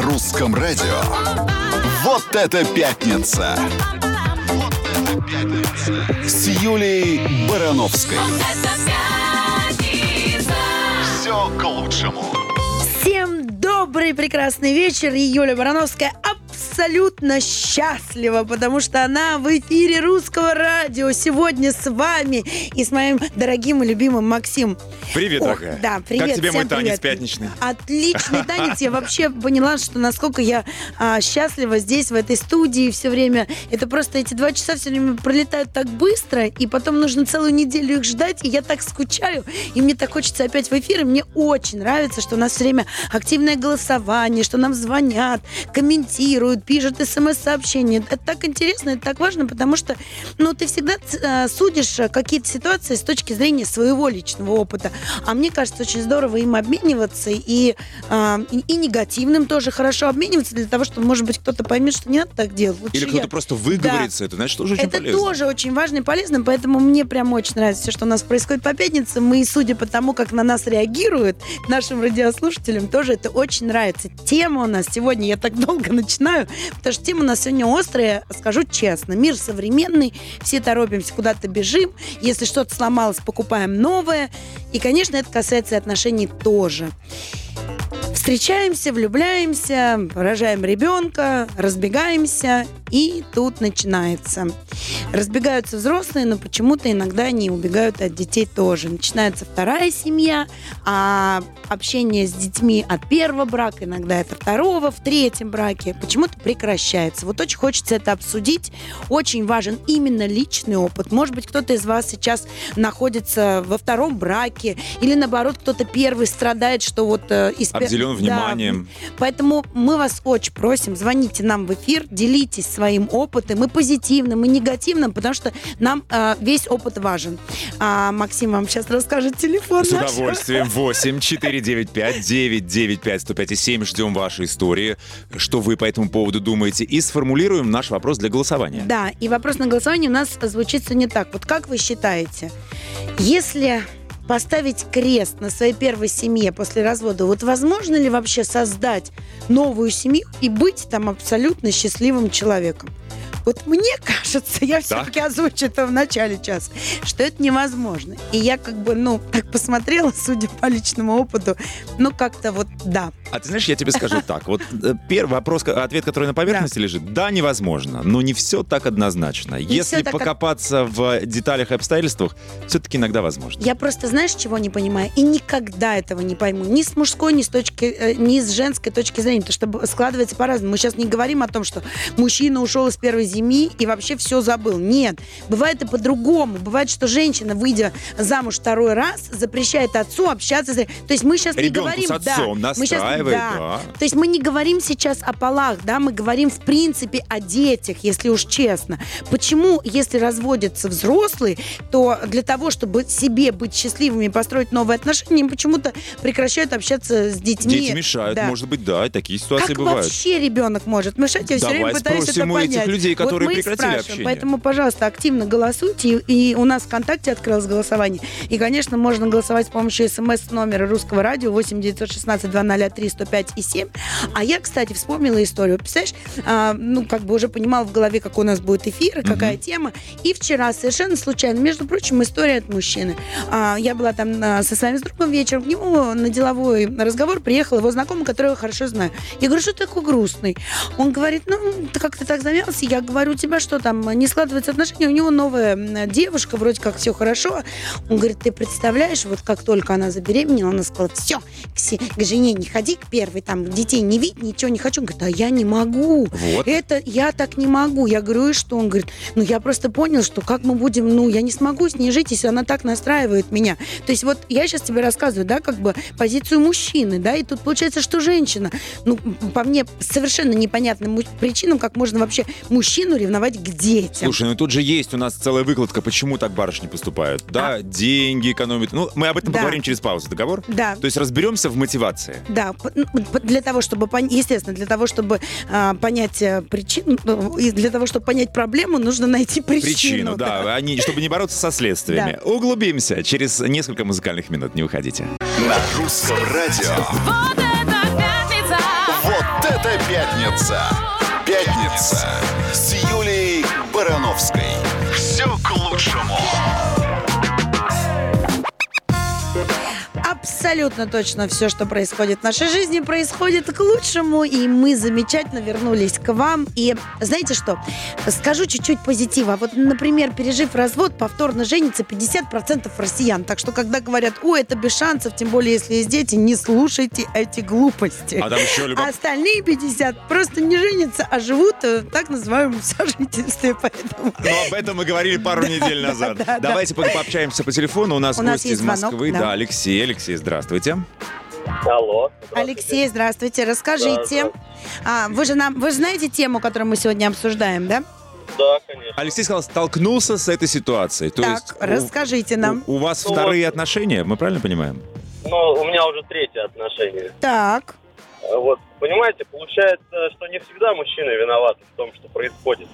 русском радио. Вот это пятница! Вот это пятница! С Юлией Барановской. Все к лучшему. Всем добрый прекрасный вечер. И Юлия Барановская абсолютно счастлива, потому что она в эфире русского радио сегодня с вами и с моим дорогим и любимым Максимом. Привет, дорогая. Да, привет. Как тебе мой танец привет. пятничный? Отличный танец. Я вообще поняла, что насколько я счастлива здесь, в этой студии все время. Это просто эти 2 часа все время пролетают так быстро, и потом нужно целую неделю их ждать, и я так скучаю, и мне так хочется опять в эфир, и мне очень нравится, что у нас все время активное голосование, что нам звонят, комментируют, пишут смс-сообщения. Это так интересно, это так важно, потому что, ты всегда судишь какие-то ситуации с точки зрения своего личного опыта. А мне кажется, очень здорово им обмениваться, и негативным тоже хорошо обмениваться, для того, чтобы, может быть, кто-то поймет, что не надо так делать. Лучше или кто-то просто выговорится, да. Это значит тоже очень полезно. Это тоже очень важно и полезно, поэтому мне прям очень нравится все, что у нас происходит по пятницам, и судя по тому, как на нас реагируют, нашим радиослушателям, тоже это очень нравится. Тема у нас сегодня, я так долго начинаю, потому что тема у нас сегодня острая, скажу честно. Мир современный, все торопимся, куда-то бежим. Если что-то сломалось, покупаем новое. И, конечно, это касается и отношений тоже. Встречаемся, влюбляемся, рожаем ребенка, разбегаемся, и тут начинается. Разбегаются взрослые, но почему-то иногда они убегают от детей тоже. Начинается вторая семья, а общение с детьми от первого брака, иногда это второго, в третьем браке, почему-то прекращается. Вот очень хочется это обсудить. Очень важен именно личный опыт. Может быть, кто-то из вас сейчас находится во втором браке, или наоборот, кто-то первый страдает, что вот обделен вниманием. Да. Поэтому мы вас очень просим, звоните нам в эфир, делитесь своим опытом, и позитивным, и негативным, потому что нам весь опыт важен. Максим вам сейчас расскажет телефон. С удовольствием. 8-495-995-105-7. Ждем ваши истории, что вы по этому поводу думаете, и сформулируем наш вопрос для голосования. Да, и вопрос на голосование у нас звучит не так. Вот как вы считаете, если поставить крест на своей первой семье после развода, вот возможно ли вообще создать новую семью и быть там абсолютно счастливым человеком? Вот мне кажется, я все-таки озвучу это в начале часа, что это невозможно. И я так посмотрела, судя по личному опыту, как-то вот да. А ты знаешь, я тебе скажу так. Вот первый вопрос, ответ, который на поверхности лежит, да, невозможно, но не все так однозначно. Если покопаться в деталях и обстоятельствах, все-таки иногда возможно. Я просто, знаешь, чего не понимаю? И никогда этого не пойму. Ни с мужской, ни с женской точки зрения. Потому что складывается по-разному. Мы сейчас не говорим о том, что мужчина ушел из первой семьи и вообще все забыл. Нет. Бывает и по-другому. Бывает, что женщина, выйдя замуж второй раз, запрещает отцу общаться. То есть мы сейчас ребенку не говорим... с отцом настраивает, да. То есть мы не говорим сейчас о полах, да, мы говорим в принципе о детях, если уж честно. Почему, если разводятся взрослые, то для того, чтобы себе быть счастливыми и построить новые отношения, почему-то прекращают общаться с детьми. Дети мешают, да. Может быть, да, такие ситуации как бывают. Как вообще ребенок может мешать? Я все время пытаюсь это понять. Этих людей, которые вот прекратили общение. Поэтому, пожалуйста, активно голосуйте. И у нас ВКонтакте открылось голосование. И, конечно, можно голосовать с помощью смс-номера русского радио 8-916-203-105-7. А я, кстати, вспомнила историю. Представляешь, уже понимала в голове, какой у нас будет эфир, какая тема. И вчера совершенно случайно, между прочим, история от мужчины. Я была там со своим другом вечером, к нему на деловой разговор приехал его знакомый, которого я хорошо знаю. Я говорю, что ты такой грустный? Он говорит, ты как-то так замялся. Я говорю, у тебя что там, не складываются отношения? У него новая девушка, вроде как все хорошо. Он говорит, ты представляешь, вот как только она забеременела, она сказала, все, к жене не ходи, к первой, там, детей не видь, ничего не хочу. Он говорит, а я не могу. Вот. Я так не могу. Я говорю, и что? Он говорит, я просто понял, что как мы будем, я не смогу с ней жить, если она так настраивает меня. То есть вот я сейчас тебе рассказываю, да, позицию мужчины, да, и тут получается, что женщина, по мне, совершенно непонятным причинам, как можно вообще мужчину ревновать к детям. Слушай, тут же есть у нас целая выкладка, почему так барышни поступают. Да, деньги экономят. Мы об этом поговорим через паузу. Договор? Да. То есть разберемся в мотивации. Да, для того, чтобы, естественно, для того, чтобы понять причину, и для того, чтобы понять проблему, нужно найти причину. Да. Чтобы не бороться со следствиями. Да. Углубимся через несколько музыкальных минут. Не уходите. На русском радио. Вот это пятница! Вот это пятница. Пятница с Юлией Барановской. Все к лучшему. Абсолютно точно все, что происходит в нашей жизни, происходит к лучшему, и мы замечательно вернулись к вам. И знаете что? Скажу чуть-чуть позитива. Вот, например, пережив развод, повторно женится 50% россиян. Так что, когда говорят, ой, это без шансов, тем более, если есть дети, не слушайте эти глупости. А там еще Остальные 50 просто не женятся, а живут в так называемом сожительстве. Поэтому... Но об этом мы говорили пару недель назад. Давайте пообщаемся по телефону. У нас гость из Москвы. Да, Алексей. Алексей, здравствуйте. Алло. Алексей, здравствуйте. Расскажите. Вы знаете тему, которую мы сегодня обсуждаем, да? Да, конечно. Алексей сказал, столкнулся с этой ситуацией. То есть расскажите нам. У вас вторые отношения, мы правильно понимаем? Ну, у меня уже третье отношение. Так. Вот, понимаете, получается, что не всегда мужчины виноваты в том, что происходит.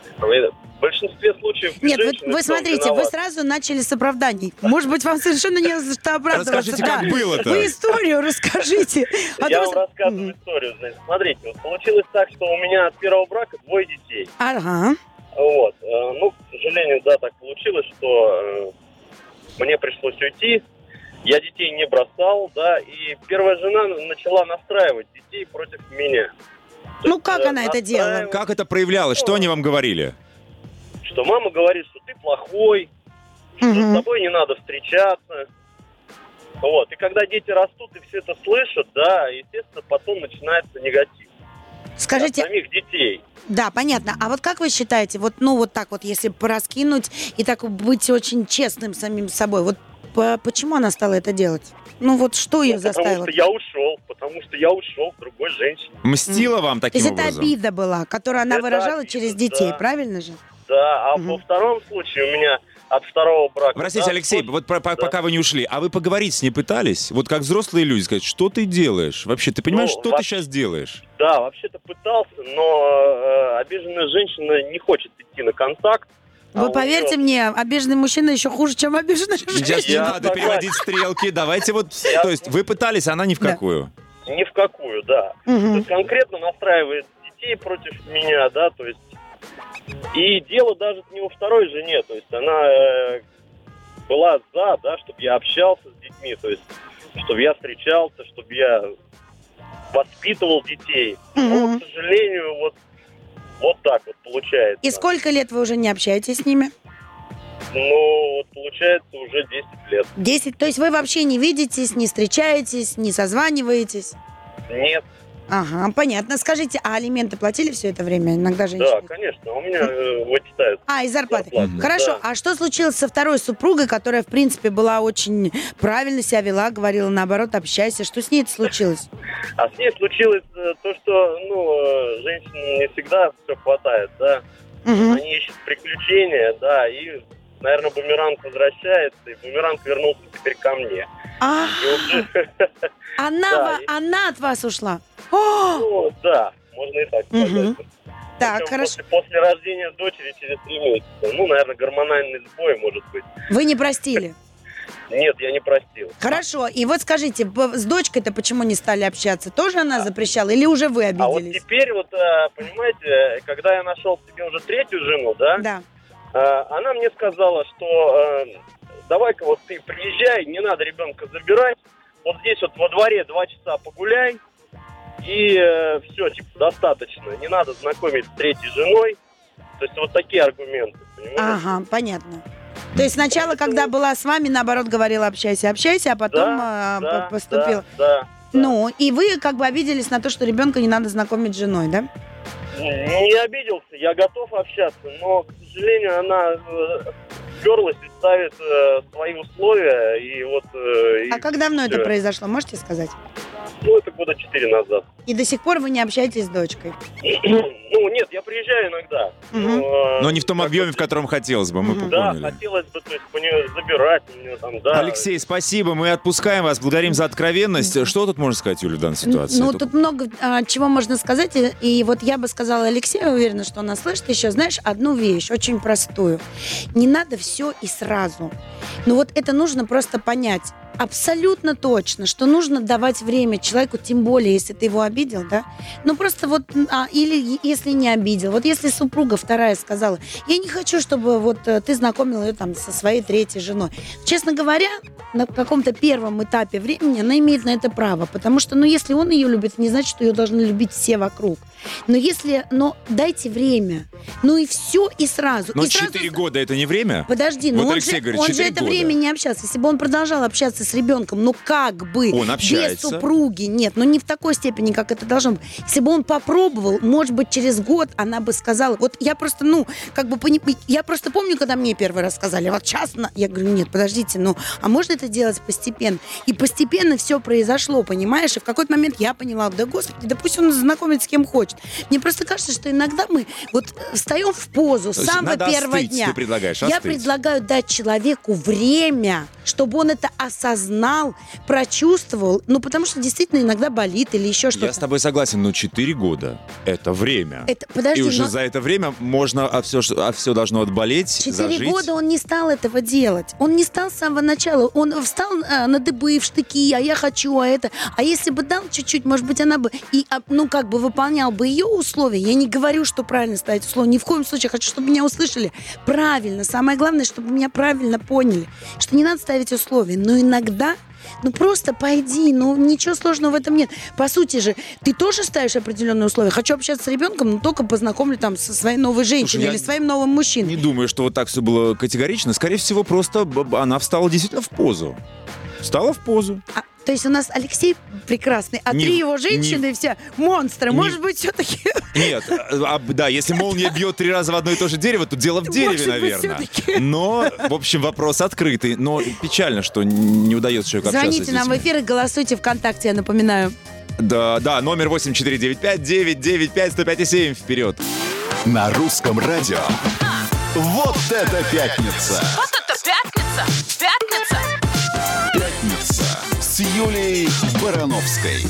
В большинстве случаев... Нет, вы смотрите, вы сразу начали с оправданий. Может быть, вам совершенно не за что оправдываться. Расскажите, как было-то? Вы историю расскажите. Я вам рассказываю историю. Значит, смотрите, вот получилось так, что у меня от первого брака 2 детей. Ага. Вот. Ну, к сожалению, да, так получилось, что мне пришлось уйти. Я детей не бросал, да, и первая жена начала настраивать детей против меня. Ну, как она это делала? Как это проявлялось? Что они вам говорили? Что мама говорит, что ты плохой, что с тобой не надо встречаться. Вот. И когда дети растут и все это слышат, да, естественно, потом начинается негатив. Скажите... От самих детей. Да, понятно. А вот как вы считаете, вот, ну, вот так вот, если пораскинуть и так быть очень честным самим собой, вот почему она стала это делать? Ну, вот что ее заставило? Потому что я ушел к другой женщине. Мстила вам таким образом? То есть это обида была, которую она выражала обида, через детей, да. Правильно же? Да, а во втором случае у меня от второго брака... Простите, Алексей, вот пока вы не ушли, а вы поговорить с ней пытались? Вот как взрослые люди сказать, что ты делаешь? Вообще, ты понимаешь, что ты сейчас делаешь? Да, вообще-то пытался, но обиженная женщина не хочет идти на контакт. Вы поверьте мне, обиженный мужчина еще хуже, чем обиженная женщина. Сейчас не надо переводить стрелки. Давайте вот... То есть вы пытались, а она ни в какую? Ни в какую, да. То есть конкретно настраивает детей против меня, да, то есть... И дело даже не во второй жене, то есть она была за, да, чтобы я общался с детьми, то есть чтобы я встречался, чтобы я воспитывал детей. Но, к сожалению, вот так вот получается. И сколько лет вы уже не общаетесь с ними? Ну, вот получается уже 10 лет. 10? То есть вы вообще не видитесь, не встречаетесь, не созваниваетесь? Нет. Ага, понятно. Скажите, а алименты платили все это время? Иногда женщины... Да, конечно. У меня вычитают. Из зарплаты. Хорошо. Да. А что случилось со второй супругой, которая, в принципе, была очень правильно себя вела, говорила, наоборот, общайся. Что с ней случилось? А с ней случилось то, что, женщинам не всегда все хватает, да. Они ищут приключения, да, и, наверное, бумеранг возвращается, и бумеранг вернулся теперь ко мне. Она от вас ушла? Ну, да, можно и так сказать. Так, хорошо. После рождения дочери через 3 месяца. Наверное, гормональный сбой, может быть. Вы не простили? Нет, я не простил. Хорошо. И вот скажите, с дочкой-то почему не стали общаться? Тоже она запрещала или уже вы обиделись? А вот теперь, понимаете, когда я нашел себе уже третью жену, да? Она мне сказала, что давай-ка вот ты приезжай, не надо ребенка забирать. Вот здесь вот во дворе 2 часа погуляй, и все, достаточно. Не надо знакомить с третьей женой. То есть вот такие аргументы, понимаете? Ага, понятно. То есть сначала, когда была с вами, наоборот, говорила общайся, а потом поступила. Да. Ну, и вы как бы обиделись на то, что ребенка не надо знакомить с женой, да? Не обиделся, я готов общаться, но, к сожалению, она уперлась и ставит свои условия. И как давно это произошло, можете сказать? Это года 4 назад. И до сих пор вы не общаетесь с дочкой? Нет, я приезжаю иногда. Но не в том объеме, в котором хотелось бы, мы поняли. Да, хотелось бы, то есть, забирать меня там, да. Алексей, спасибо, мы отпускаем вас, благодарим за откровенность. Что тут можно сказать, Юля, в данной ситуации? Тут много чего можно сказать, и вот я бы сказала Алексею, уверена, что она слышит еще, знаешь, одну вещь, очень простую. Не надо все и сразу. Вот это нужно просто понять. абсолютно точно, что нужно давать время человеку, тем более, если ты его обидел, да? Ну, просто вот, или если не обидел. Вот если супруга вторая сказала, я не хочу, чтобы вот ты знакомил ее там со своей третьей женой. Честно говоря, на каком-то первом этапе времени она имеет на это право, потому что, ну, если он ее любит, не значит, что ее должны любить все вокруг. Но дайте время. Ну и все, и сразу. Но 4 года это не время? Подожди, вот но Алексей говорит, он же это года. время не общался. Если бы он продолжал общаться с ребенком, ну как бы, он без супруги, нет, ну не в такой степени, как это должно быть. Если бы он попробовал, может быть, через год она бы сказала, вот я просто, я просто помню, когда мне первый раз сказали, вот часто, я говорю, нет, подождите, а можно это делать постепенно? И постепенно все произошло, понимаешь? И в какой-то момент я поняла, да господи, да пусть он знакомится с кем хочет. Мне просто кажется, что иногда мы вот встаем в позу с самого первого дня. Ты предлагаешь Я предлагаю дать человеку время, чтобы он это осознал, прочувствовал, потому что действительно иногда болит или еще что-то. Я с тобой согласен, но 4 года – это время. Подожди, и уже за это время можно, все должно отболеть, 4 зажить. года он не стал этого делать. Он не стал с самого начала. Он встал на дыбы, в штыки, а я хочу, а это. А если бы дал чуть-чуть, может быть, она бы выполнял бы ее условия. Я не говорю, что правильно ставить условия. Ни в коем случае. Я хочу, чтобы меня услышали правильно. Самое главное, чтобы меня правильно поняли. Что не надо ставить условия. Но иногда просто пойди, ничего сложного в этом нет. По сути же, ты тоже ставишь определенные условия. Хочу общаться с ребенком, но только познакомлю там со своей новой женщиной или своим новым мужчиной. Не думаю, что вот так все было категорично. Скорее всего, просто она встала действительно в позу. Встала в позу. То есть у нас Алексей прекрасный, а 3 его женщины все монстры. Может быть, все-таки... Нет, да, если молния бьет 3 раза в одно и то же дерево, то дело в дереве, наверное. Но, в общем, вопрос открытый. Но печально, что не удается человеку общаться с детьми. Звоните нам в эфир и голосуйте ВКонтакте, я напоминаю. Да, номер 8495-995-105,7. Вперед. На русском радио. Вот это пятница! Вот это пятница! Пятница! Пятница с Юлией Барановской.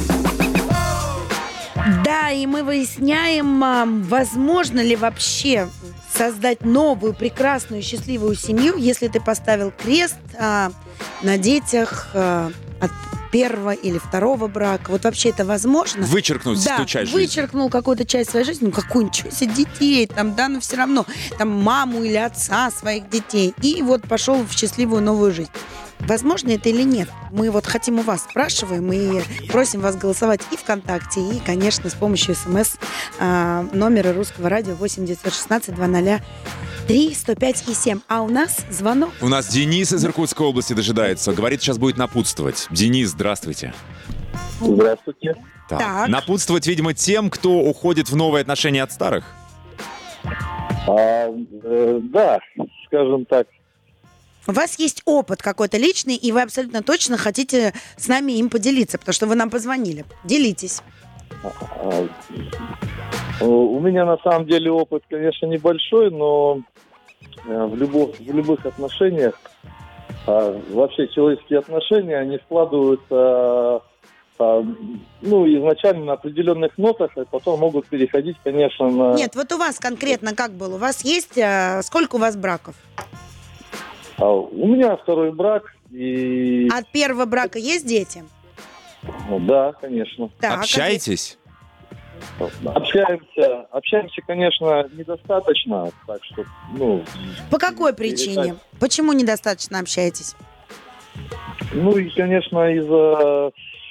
Да, и мы выясняем, возможно ли вообще создать новую, прекрасную, счастливую семью, если ты поставил крест на детях от первого или второго брака. Вот вообще это возможно? Вычеркнуть ту часть жизни. Вычеркнул какую-то часть своей жизни, какую-нибудь детей, но все равно, маму или отца своих детей. И вот пошел в счастливую новую жизнь. Возможно это или нет? Мы вот хотим у вас, спрашиваем и просим вас голосовать и ВКонтакте, и, конечно, с помощью СМС номера русского радио 8-916-203-105-7. А у нас звонок. У нас Денис из Иркутской области дожидается. Говорит, сейчас будет напутствовать. Денис, здравствуйте. Здравствуйте. Так. Напутствовать, видимо, тем, кто уходит в новые отношения от старых? Да, скажем так. У вас есть опыт какой-то личный, и вы абсолютно точно хотите с нами им поделиться, потому что вы нам позвонили. Делитесь. У меня на самом деле опыт, конечно, небольшой, но в любых отношениях, вообще человеческие отношения, они складываются изначально на определенных нотах, а потом могут переходить, конечно, на... Нет, вот у вас конкретно как было? У вас есть... Сколько у вас браков? У меня второй брак. И... От первого брака есть дети? Да, конечно. Так, общаетесь? Общаемся, конечно, недостаточно, так что, По какой причине? Почему недостаточно общаетесь? И, конечно, из-за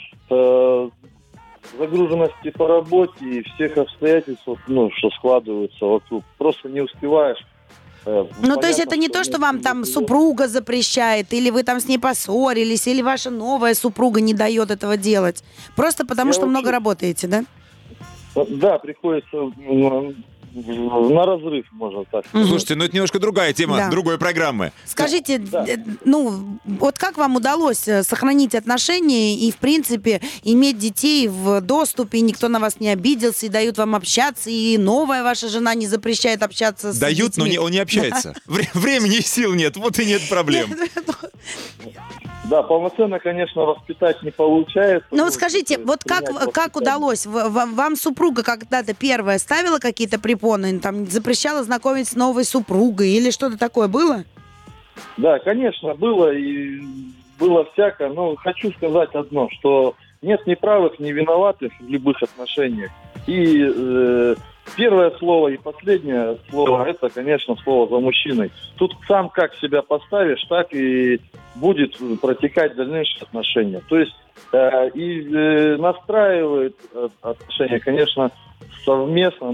загруженности по работе и всех обстоятельств, что складываются вокруг. Просто не успеваешь. То есть это не то, что вам там супруга запрещает, или вы там с ней поссорились, или ваша новая супруга не дает этого делать. Просто потому, что много работаете, да? Да, приходится на разрыв, можно так сказать. Слушайте, это немножко другая тема, другой программы. Скажите, вот как вам удалось сохранить отношения и, в принципе, иметь детей в доступе, и никто на вас не обиделся, и дают вам общаться, и новая ваша жена не запрещает общаться с детьми? Дают, но он не общается. Времени и сил нет, вот и нет проблем. Да, полноценно, конечно, воспитать не получается. Вот скажите, вот как удалось? Вам супруга когда-то первая ставила какие-то препоны, там запрещала знакомить с новой супругой или что-то такое было? Да, конечно, было. И было всякое, но хочу сказать одно, что нет ни правых, ни виноватых в любых отношениях. И первое слово и последнее слово, это, конечно, слово за мужчиной. Тут сам как себя поставишь, так и будет протекать дальнейшие отношения. То есть настраивает отношения, конечно, совместно,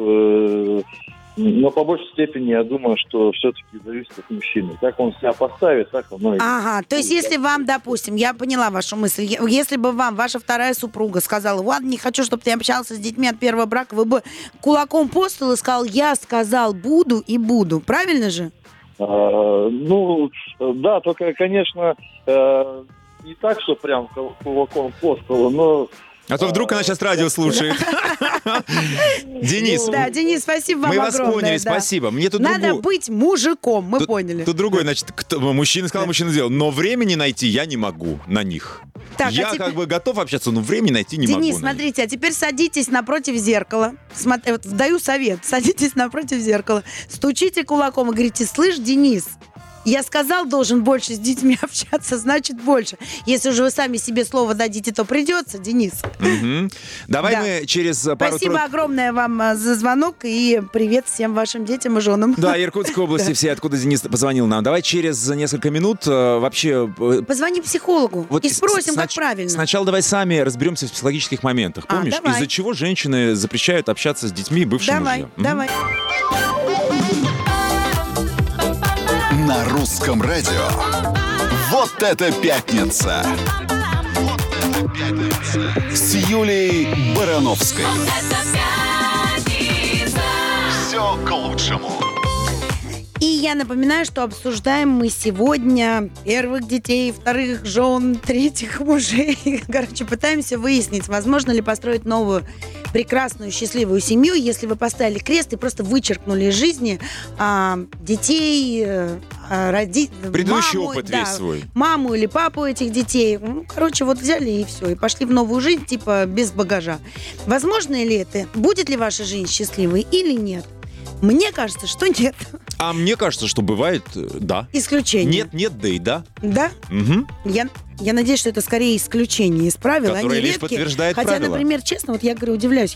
но по большей степени я думаю, что все-таки зависит от мужчины. Как он себя поставит, так оно и... Ага, то есть если вам, допустим, я поняла вашу мысль, если бы вам ваша вторая супруга сказала: ладно, не хочу, чтобы ты общался с детьми от первого брака, вы бы кулаком по столу и сказал: я сказал, буду и буду. Правильно же? Да, только, конечно, не так, что прям кулаком по столу, но... А то вдруг она сейчас радио слушает. Денис. Да, Денис, спасибо вам огромное. Мы вас поняли, спасибо. Надо быть мужиком, мы поняли. Тут другой, значит, мужчина сказал, мужчина сделал. Но времени найти я не могу на них. Я как бы готов общаться, но времени найти не могу. Денис, смотрите, а теперь садитесь напротив зеркала. Даю совет. Садитесь напротив зеркала, стучите кулаком и говорите: слышь, Денис, я сказал, должен больше с детьми общаться, значит больше. Если уже вы сами себе слово дадите, то придется, Денис. Угу. Давай мы через пару... Спасибо огромное вам за звонок и привет всем вашим детям и женам. Да, Иркутской области все, откуда Денис позвонил нам. Давай через несколько минут вообще... Позвони психологу и спросим, как правильно. Сначала давай сами разберемся в психологических моментах. Помнишь, из-за чего женщины запрещают общаться с детьми и бывшим мужьям? Давай. На русском радио. Вот это пятница! Вот это пятница! С Юлией Барановской. Вот это пятница! Все к лучшему. И я напоминаю, что обсуждаем мы сегодня первых детей, вторых жен, третьих мужей. Короче, пытаемся выяснить, возможно ли построить новую прекрасную, счастливую семью, если вы поставили крест и просто вычеркнули из жизни детей, предыдущий опыт весь свой. Маму или папу этих детей. Короче, вот взяли и все, и пошли в новую жизнь, типа без багажа. Возможно ли это? Будет ли ваша жизнь счастливой или нет? Мне кажется, что нет. А мне кажется, что бывает, да. Исключение. Нет, да и да. Да? Угу. Я надеюсь, что это скорее исключение из правил, которое они лишь редкие. подтверждает Хотя, правила. например, честно, вот я говорю, удивляюсь.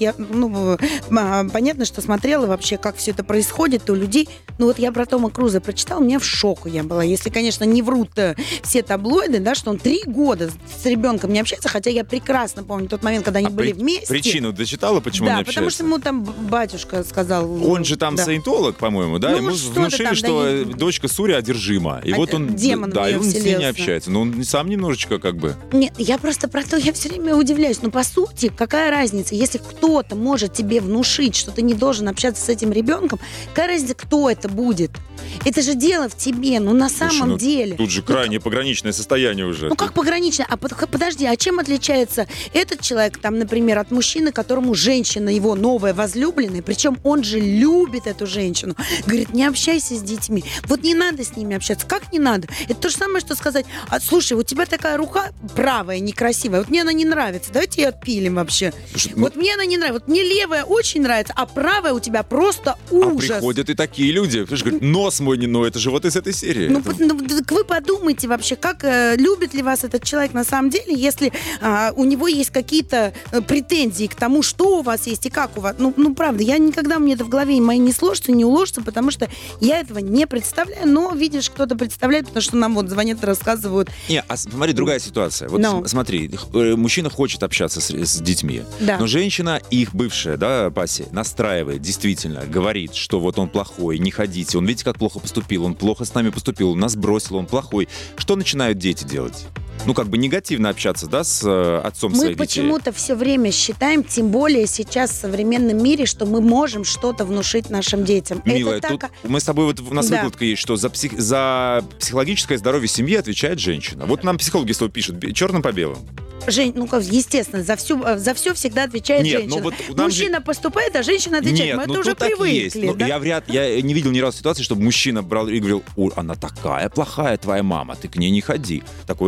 Понятно, что смотрела вообще, как все это происходит у людей. Ну вот я про Тома Круза прочитала, у меня в шоку я была. Если, конечно, не врут все таблоиды, да, что он 3 года с ребенком не общается, хотя я прекрасно помню тот момент, когда они были вместе. Причину дочитала, почему не общаются? Да, потому что ему там батюшка сказал... Он же там саентолог, по-моему, да? Ему внушили, что дочка Суря одержима. И вот он... Демон да, и он с ней не вселился. общается. Но он сам немножечко как бы... Нет, я просто про то, я все время удивляюсь. Но по сути, какая разница, если кто-то может тебе внушить, что ты не должен общаться с этим ребенком, какая разница, кто это будет? Это же дело в тебе, на самом деле. Тут же крайне пограничное состояние уже. Как пограничное? Подожди, а чем отличается этот человек, там, например, от мужчины, которому женщина его новая возлюбленная, причем он же любит эту женщину, говорит: не общайся с детьми. Вот не надо с ними общаться. Как не надо? Это то же самое, что сказать: слушай, у тебя такая рука правая, некрасивая, вот мне она не нравится, давайте ее отпилим вообще. Слушай, вот мне она не нравится, вот мне левая очень нравится, а правая у тебя просто ужас. А приходят и такие люди, ты же говоришь: нос мой не ной, это же вот из этой серии. Так вы подумайте вообще, как любит ли вас этот человек на самом деле, если у него есть какие-то претензии к тому, что у вас есть и как у вас. Правда, я никогда, мне это в голове моей не сложится, не уложится, потому что я этого не представляю, но, видишь, кто-то представляет, потому что нам вот звонят и рассказывают. Смотри, другая ситуация. Вот смотри, мужчина хочет общаться с детьми, но женщина, их бывшая, да, Паси, настраивает, действительно, говорит, что вот он плохой, не ходите, он, видите, как плохо поступил, он плохо с нами поступил, он нас бросил, он плохой. Что начинают дети делать? Негативно общаться, да, с отцом своих детей. Мы почему-то все время считаем, тем более сейчас в современном мире, что мы можем что-то внушить нашим детям. Милая, тут мы с тобой, вот у нас выкладка есть, что за психологическое здоровье семьи отвечает женщина. Вот нам психологи слово пишут, черным по белому. Естественно, за все всегда отвечает женщина. Мужчина поступает, а женщина отвечает. Мы это уже привыкли. Да? Я не видел ни разу ситуации, чтобы мужчина брал и говорил: она такая плохая твоя мама, ты к ней не ходи. Такое редко бывает.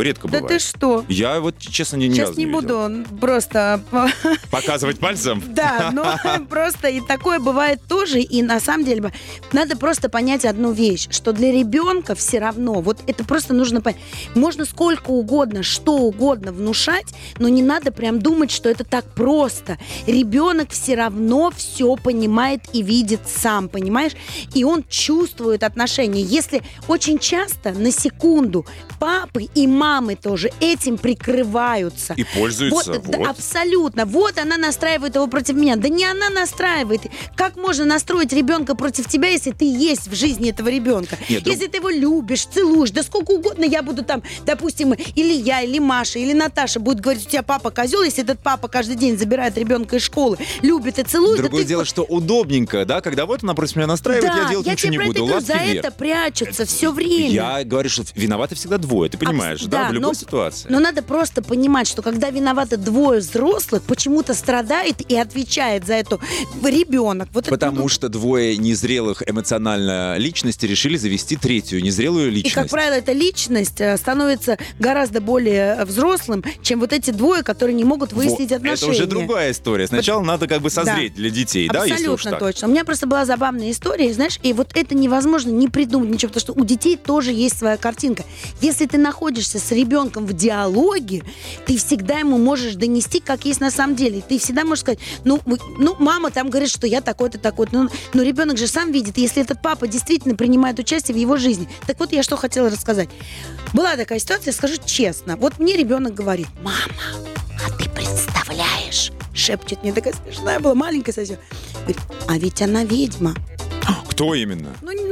бывает. ты что? Я вот, честно, ни Сейчас разу не видел. буду просто... Показывать пальцем? Да, но просто и такое бывает тоже. И на самом деле надо просто понять одну вещь, что для ребенка все равно, вот это просто нужно понять. Можно сколько угодно, что угодно внушать, но не надо прям думать, что это так просто. Ребенок все равно все понимает и видит сам, понимаешь? И он чувствует отношения. Если очень часто, на секунду, папы и мамы тоже этим прикрываются. И пользуются. Вот. Да, абсолютно. Вот она настраивает его против меня. Да не она настраивает. Как можно настроить ребенка против тебя, если ты есть в жизни этого ребенка? Нет, если ты его любишь, целуешь, да сколько угодно я буду там, допустим, или я, или Маша, или Наташа будет говорить, у тебя папа козел, если этот папа каждый день забирает ребенка из школы, любит и целует. Другое дело, что удобненько, да, когда вот она против меня настраивает, да, я делать ничего не буду. Да, Лапки за вверх. это прячутся все время. Я говорю, что виноваты всегда двое, ты понимаешь, да, в любой ситуации. Но надо просто понимать, что когда виноваты двое взрослых, почему-то страдает и отвечает за это ребенок. Вот Потому что двое незрелых эмоционально личностей решили завести третью незрелую личность. И, как правило, эта личность становится гораздо более взрослым, чем вот эти двое, которые не могут выяснить отношения. Это уже другая история. Сначала надо как бы созреть для детей, да, если уж так. Абсолютно точно. У меня просто была забавная история, знаешь, и вот это невозможно не придумать ничего, потому что у детей тоже есть своя картинка. Если ты находишься с ребенком в диалоге, ты всегда ему можешь донести, как есть на самом деле. Ты всегда можешь сказать, ну мама там говорит, что я такой-то, такой-то. Но ребенок же сам видит, если этот папа действительно принимает участие в его жизни. Так вот, я что хотела рассказать. Была такая ситуация, скажу честно. Вот мне ребенок говорит, мама, а ты представляешь? Шепчет мне, такая смешная была, маленькая совсем. Говорит, а ведь она ведьма. Кто именно?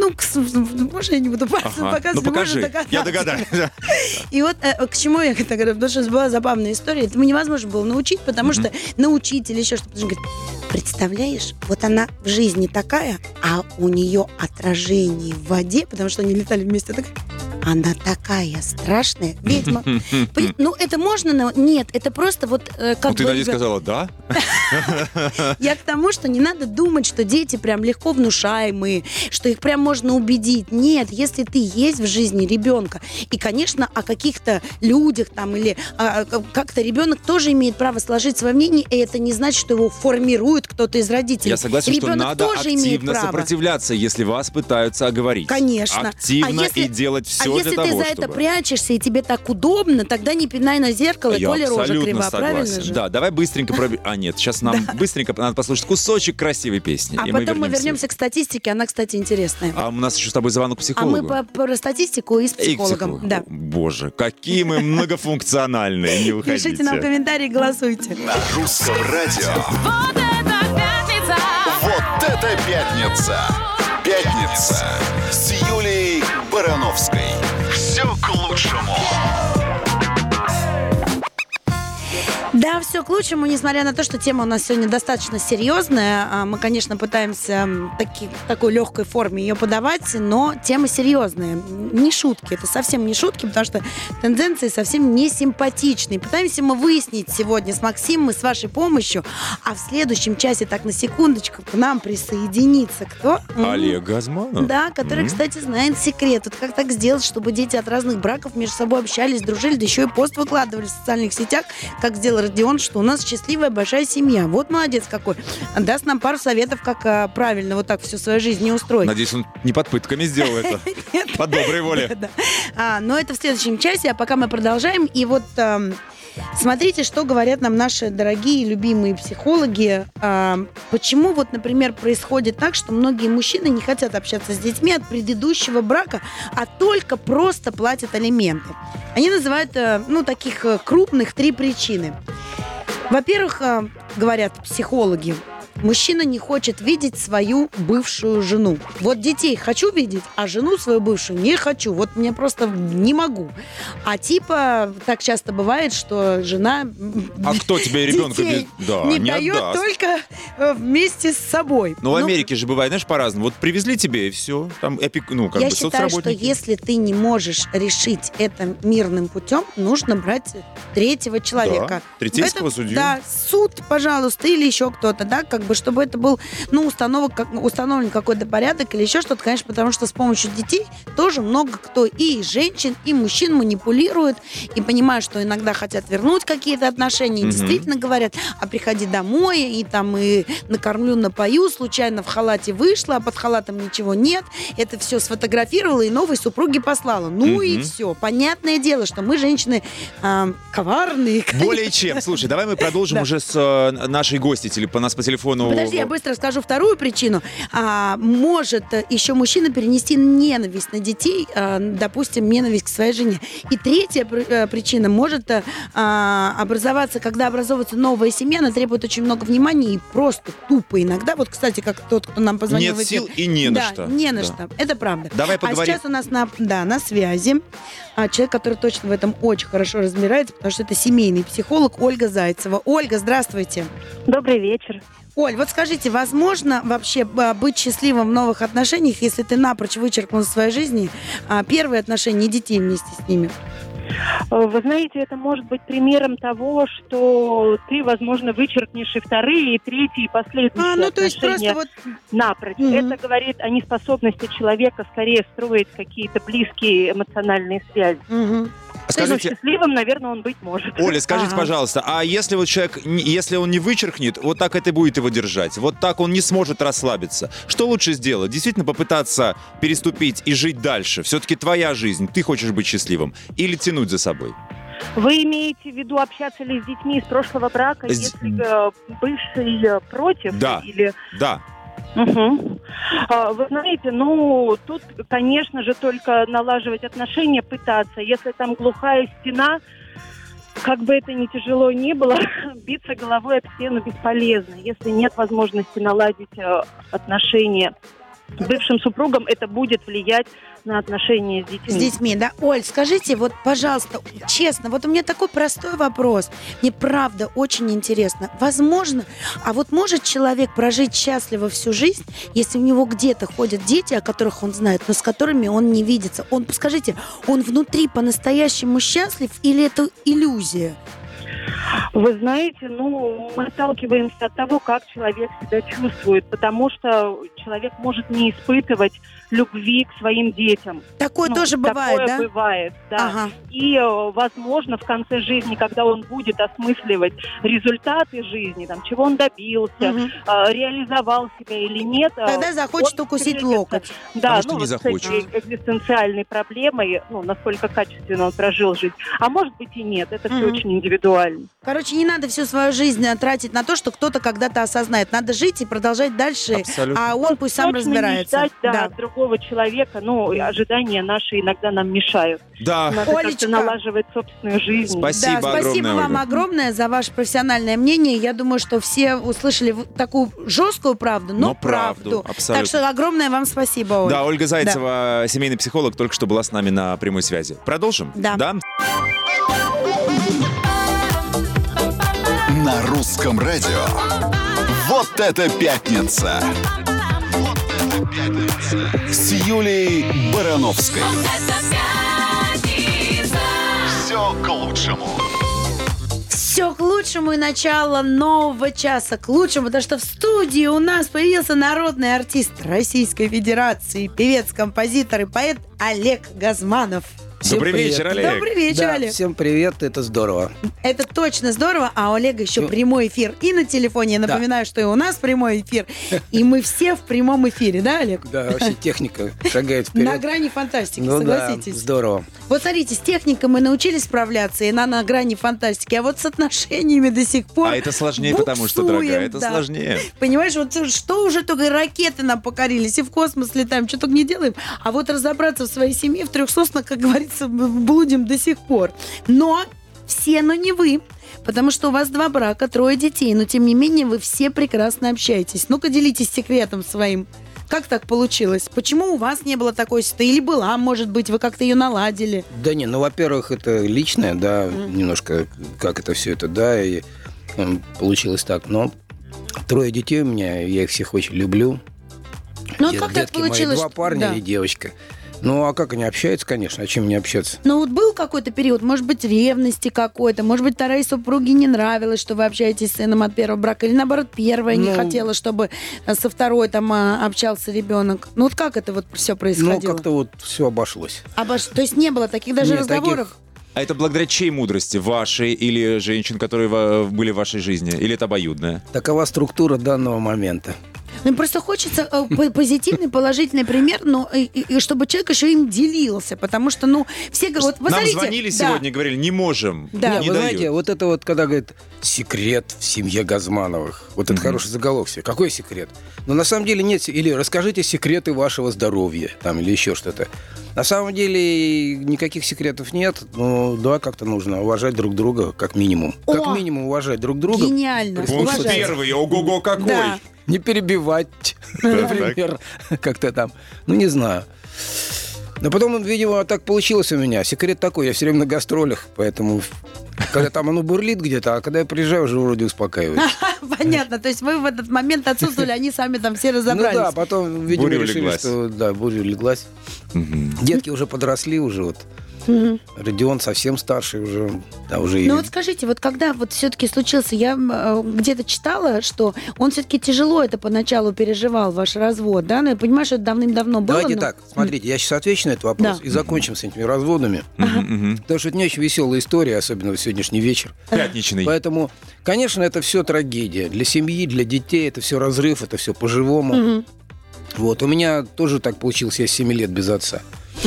Может, я не буду пальцем показывать. Ну покажи, я догадаюсь. И вот к чему я это говорю, потому что была забавная история. Этому невозможно было научить, потому что научить или еще что-то. Говорит, представляешь, вот она в жизни такая, а у нее отражение в воде, потому что они летали вместе, так. Она такая страшная ведьма. Ну, это можно? Нет, это просто вот как бы... Ты, Надя, сказала «да»? Я к тому, что не надо думать, что дети прям легко внушаемые, что их прям можно убедить. Нет, если ты есть в жизни ребенка, и, конечно, о каких-то людях там или как-то ребенок тоже имеет право сложить свое мнение, и это не значит, что его формирует кто-то из родителей. Я согласен, ребенок что надо тоже активно сопротивляться, если вас пытаются оговорить. Конечно. Активно и делать все если для того, ты за чтобы... это прячешься, и тебе так удобно, тогда не пинай на зеркало, Я коли рожа абсолютно крива, согласен. правильно же? Да, давай быстренько... А нет, сейчас нам быстренько надо послушать кусочек красивой песни. А потом мы вернемся к статистике, она, кстати, интересная. А у нас еще с тобой звонок к психологу. А мы про статистику и с психологом. Да. Боже, какие мы многофункциональные, не выходите. Пишите нам комментарии, голосуйте. На русском радио. Вот это пятница! Вот это пятница! Пятница с Юлией Барановской. Все к лучшему. Да, все к лучшему, несмотря на то, что тема у нас сегодня достаточно серьезная. Мы, конечно, пытаемся в такой легкой форме ее подавать, но тема серьезная. Не шутки, это совсем не шутки, потому что тенденции совсем не симпатичные. Пытаемся мы выяснить сегодня с Максимом и с вашей помощью, а в следующем часе, так на секундочку, к нам присоединится кто? Олег Газманов. Да, который, кстати, знает секрет. Вот как так сделать, чтобы дети от разных браков между собой общались, дружили, да еще и пост выкладывали в социальных сетях, как сделал Родион, что у нас счастливая большая семья. Вот молодец какой. Даст нам пару советов, как правильно вот так всю свою жизнь не устроить. Надеюсь, он не под пытками сделал это. По доброй воле. Но это в следующем часе, а пока мы продолжаем. И вот смотрите, что говорят нам наши дорогие, любимые психологи. Почему вот, например, происходит так, что многие мужчины не хотят общаться с детьми от предыдущего брака, а только просто платят алименты. Они называют, таких крупных 3 причины. Во-первых, говорят психологи, мужчина не хочет видеть свою бывшую жену. Вот детей хочу видеть, а жену свою бывшую не хочу. Вот мне просто не могу. А так часто бывает, что жена А кто тебе ребенка не дает отдаст. только вместе с собой. Но в Америке же бывает, знаешь, по-разному. Вот привезли тебе, и все. Там Я считаю, что если ты не можешь решить это мирным путем, нужно брать третьего человека. Да, третейского судью. Да, суд, пожалуйста, или еще кто-то, да, чтобы это был, установлен какой-то порядок или еще что-то, конечно, потому что с помощью детей тоже много кто и женщин, и мужчин манипулирует, и понимают, что иногда хотят вернуть какие-то отношения, и действительно говорят, а приходи домой, и там и накормлю, напою, случайно в халате вышла, а под халатом ничего нет, это все сфотографировала и новой супруге послала. И все. Понятное дело, что мы, женщины, коварные. Более чем. Слушай, давай мы продолжим уже с нашей гостьей по телефону. Подожди, я быстро скажу вторую причину. Может еще мужчина перенести ненависть на детей, допустим, ненависть к своей жене. И третья причина может образоваться, когда образовывается новая семья, она требует очень много внимания и просто тупо иногда. Вот, кстати, как тот, кто нам позвонил. Нет сил и не на что. Не на что. Это правда. Давай поговорим. А сейчас у нас на связи человек, который точно в этом очень хорошо разбирается, потому что это семейный психолог Ольга Зайцева. Ольга, здравствуйте. Добрый вечер. Оль, вот скажите, возможно вообще быть счастливым в новых отношениях, если ты напрочь вычеркнул из своей жизни первые отношения и детей вместе с ними? Вы знаете, это может быть примером того, что ты, возможно, вычеркнешь и вторые, и третьи, и последующие отношения напрочь. Это говорит о неспособности человека скорее строить какие-то близкие эмоциональные связи. Скажите, счастливым, наверное, он быть может. Оля, скажите, пожалуйста, а если вот человек, если он не вычеркнет, вот так это будет его держать, вот так он не сможет расслабиться, что лучше сделать? Действительно попытаться переступить и жить дальше? Все-таки твоя жизнь, ты хочешь быть счастливым, или тянуть за собой? Вы имеете в виду, общаться ли с детьми из прошлого брака, если бывший против? Да, да. Вы знаете, тут, конечно же, только налаживать отношения пытаться. Если там глухая стена, как бы это ни тяжело ни было, биться головой об стену бесполезно. Если нет возможности наладить отношения с бывшим супругом, это будет влиять на отношения с детьми. С детьми, да. Оль, скажите, вот, пожалуйста, честно, вот у меня такой простой вопрос. Мне правда очень интересно. Возможно, а вот может человек прожить счастливо всю жизнь, если у него где-то ходят дети, о которых он знает, но с которыми он не видится? Скажите, он внутри по-настоящему счастлив или это иллюзия? Вы знаете, мы отталкиваемся от того, как человек себя чувствует, потому что человек может не испытывать любви к своим детям. Такое тоже бывает, да? Такое бывает, да. Ага. И, возможно, в конце жизни, когда он будет осмысливать результаты жизни, чего он добился, реализовал себя или нет. Тогда захочет укусить локоть. Да, не с этой экзистенциальной проблемой, насколько качественно он прожил жизнь. А может быть и нет, это все очень индивидуально. Короче, не надо всю свою жизнь тратить на то, что кто-то когда-то осознает. Надо жить и продолжать дальше, абсолютно. А он пусть сам разбирается. Не ждать, другого человека, ожидания наши иногда нам мешают. Да. Надо как-то налаживать собственную жизнь. Спасибо огромное, вам Ольга. огромное за ваше профессиональное мнение. Я думаю, что все услышали такую жесткую правду, но правду. Абсолютно. Так что огромное вам спасибо, Ольга. Да, Ольга Зайцева, семейный психолог, только что была с нами на прямой связи. Продолжим? Да. На русском радио. Вот это пятница! С Юлией Барановской. Все к лучшему. Все к лучшему и начало нового часа к лучшему, потому что в студии у нас появился народный артист Российской Федерации, певец, композитор и поэт Олег Газманов. Добрый вечер, Олег. Добрый вечер, Да, Олег. всем привет, это здорово. Это точно здорово, а у Олега еще прямой эфир и на телефоне. Я напоминаю, что и у нас прямой эфир, и мы все в прямом эфире, да, Олег? Да, вообще техника шагает вперед. На грани фантастики, Ну согласитесь? Да, здорово. Вот смотрите, с техникой мы научились справляться, и на грани фантастики, а вот с отношениями до сих пор А это сложнее, потому что, дорогая, это сложнее. Понимаешь, вот что уже только ракеты нам покорились, и в космос летаем, что только не делаем. А вот разобраться в своей семье в трех соснах, как говорится, блудим до сих пор. Но не вы. Потому что у вас 2 брака, 3 детей, но тем не менее вы все прекрасно общаетесь. Ну-ка делитесь секретом своим. Как так получилось? Почему у вас не было такой ситуации? Или была, может быть, вы как-то ее наладили? Да не, во-первых, это личное, да, немножко как это все это, да, и получилось так. Но 3 детей у меня, я их всех очень люблю. Ну, как так Детки мои, получилось? 2 парня и девочка. Ну, а как они общаются, конечно, а чем не общаться? Ну, вот был какой-то период, может быть, ревности какой-то, может быть, второй супруге не нравилось, что вы общаетесь с сыном от первого брака, или, наоборот, первая не хотела, чтобы со второй там общался ребенок. Ну, вот как это вот все происходило? Ну, как-то вот все обошлось. То есть не было таких даже разговоров? А это благодаря чьей мудрости? Вашей или женщин, которые были в вашей жизни? Или это обоюдное? Такова структура данного момента. Ну, просто хочется позитивный, положительный пример, но и чтобы человек еще им делился, потому что, ну, все говорят, вот, нам звонили сегодня и говорили, не можем, да. Вы знаете, вот это вот, когда говорит, секрет в семье Газмановых, вот это хороший заголовок себе. Какой секрет? Но на самом деле нет, или расскажите секреты вашего здоровья, там, или еще что-то. На самом деле никаких секретов нет, но да, как-то нужно уважать друг друга, как минимум. Как минимум уважать друг друга. Гениально. Пункт первый, ого-го какой! Да. Не перебивать, например, как-то там, ну не знаю. Но потом, видимо, так получилось у меня. Секрет такой, я все время на гастролях, поэтому когда там оно бурлит где-то, а когда я приезжаю, уже вроде успокаиваюсь. Понятно, то есть вы в этот момент отсутствовали, они сами там все разобрались. Ну да, потом, видимо, решили, что да, буря улеглась. Детки уже подросли, уже вот. Родион совсем старший уже. Да, уже. Ну вот скажите, вот когда вот все-таки случился, я где-то читала, что он все-таки тяжело это поначалу переживал, ваш развод, да? Но я понимаю, что это давным-давно было. Давайте так, смотрите, я сейчас отвечу на этот вопрос и закончим с этими разводами. Потому что это не очень веселая история, особенно в сегодняшний вечер. Пятничный. Поэтому, конечно, это все трагедия. Для семьи, для детей это все разрыв, это все по-живому. Вот, у меня тоже так получилось, я 7 лет без отца.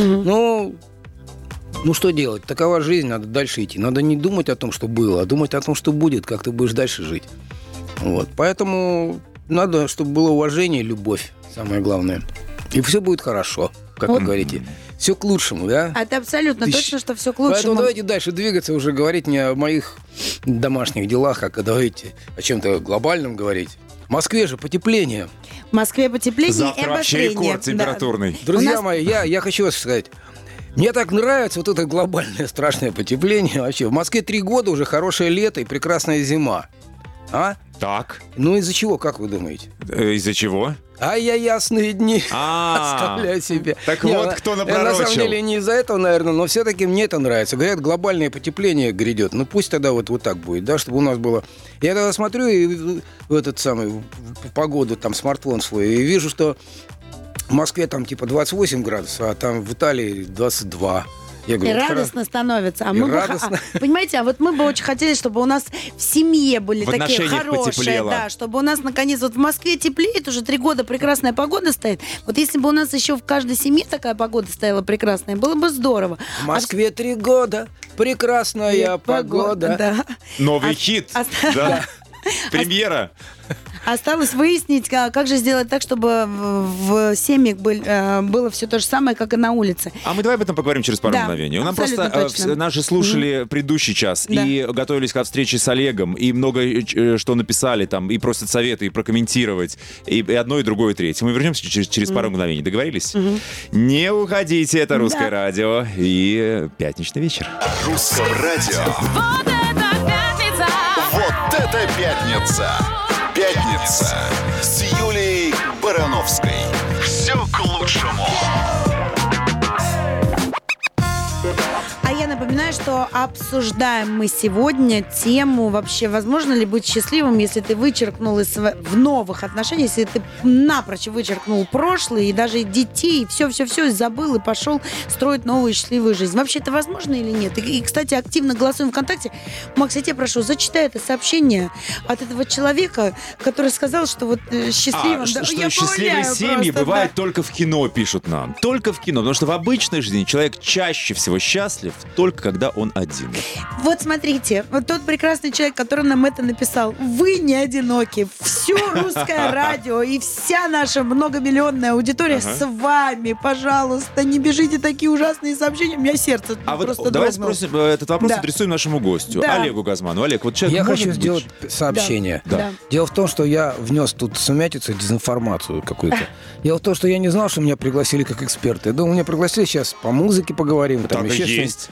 Ну, что делать? Такова жизнь, надо дальше идти. Надо не думать о том, что было, а думать о том, что будет, как ты будешь дальше жить. Вот. Поэтому надо, чтобы было уважение и любовь, самое главное. И все будет хорошо, как вы говорите. Все к лучшему, да? Это абсолютно точно, что все к лучшему. Поэтому давайте дальше двигаться, уже говорить не о моих домашних делах, а давайте о чем-то глобальном говорить. В Москве же потепление. В Москве потепление завтра и обострение. вообще рекорд температурный. Да. Друзья мои, я хочу вас сказать. Мне так нравится вот это глобальное страшное потепление. Вообще, в Москве 3 года уже хорошее лето и прекрасная зима. А? Так. Ну, из-за чего, как вы думаете? Из-за чего? А я ясные дни оставляю себе. Так вот, кто напророчил. На самом деле не из-за этого, наверное, но все-таки мне это нравится. Говорят, глобальное потепление грядет. Ну, пусть тогда вот так будет, да, чтобы у нас было... Я тогда смотрю и в этот самый в погоду, там, смартфон свой, и вижу, что в Москве там типа 28 градусов, а там в Италии 22. Я говорю, и радостно становится. И радостно. Понимаете, а вот мы бы очень хотели, чтобы у нас в семье были такие хорошие. Потеплело. Да, чтобы у нас, наконец, вот в Москве теплеет, уже 3 года прекрасная погода стоит. Вот если бы у нас еще в каждой семье такая погода стояла прекрасная, было бы здорово. В Москве 3 года прекрасная погода. Да. Новый хит. Да. Премьера. Осталось выяснить, как же сделать так, чтобы в семьях было все то же самое, как и на улице. А мы давай об этом поговорим через пару мгновений. Нам просто наши слушали предыдущий час и готовились к встрече с Олегом, и много что написали там, и просят советы, и прокомментировать, и одно, и другое, и третье. Мы вернемся через пару мгновений. Договорились? Не уходите, это «Русское радио» и «Пятничный вечер». Русское радио. Вот это пятница! Вот это пятница! Пятница с Юлией Барановской. Все к лучшему. А я напоминаю, что обсуждаем мы сегодня тему вообще, возможно ли быть счастливым, если ты вычеркнул в новых отношениях, если ты напрочь вычеркнул прошлое и даже детей, и все забыл и пошел строить новую счастливую жизнь. Вообще это возможно или нет? И, кстати, активно голосуем ВКонтакте. Макс, я тебя прошу, зачитай это сообщение от этого человека, который сказал, что вот счастливым... что счастливые семьи бывают только в кино, пишут нам. Только в кино, потому что в обычной жизни человек чаще всего счастлив только когда он один. Вот смотрите, вот тот прекрасный человек, который нам это написал, вы не одиноки. Все «Русское радио» и вся наша многомиллионная аудитория с вами. Пожалуйста, не бежите такие ужасные сообщения. У меня сердце просто дрогнуло. Давай спросим, этот вопрос адресуем нашему гостю, Олегу Газману. Олег, вот человек я может хочу быть... сделать сообщение. Да. Дело в том, что я внес тут сумятицу, дезинформацию какую-то. Дело в том, что я не знал, что меня пригласили как эксперта. Я думал, меня пригласили сейчас по музыке поговорим. Там Так еще и есть. Вот.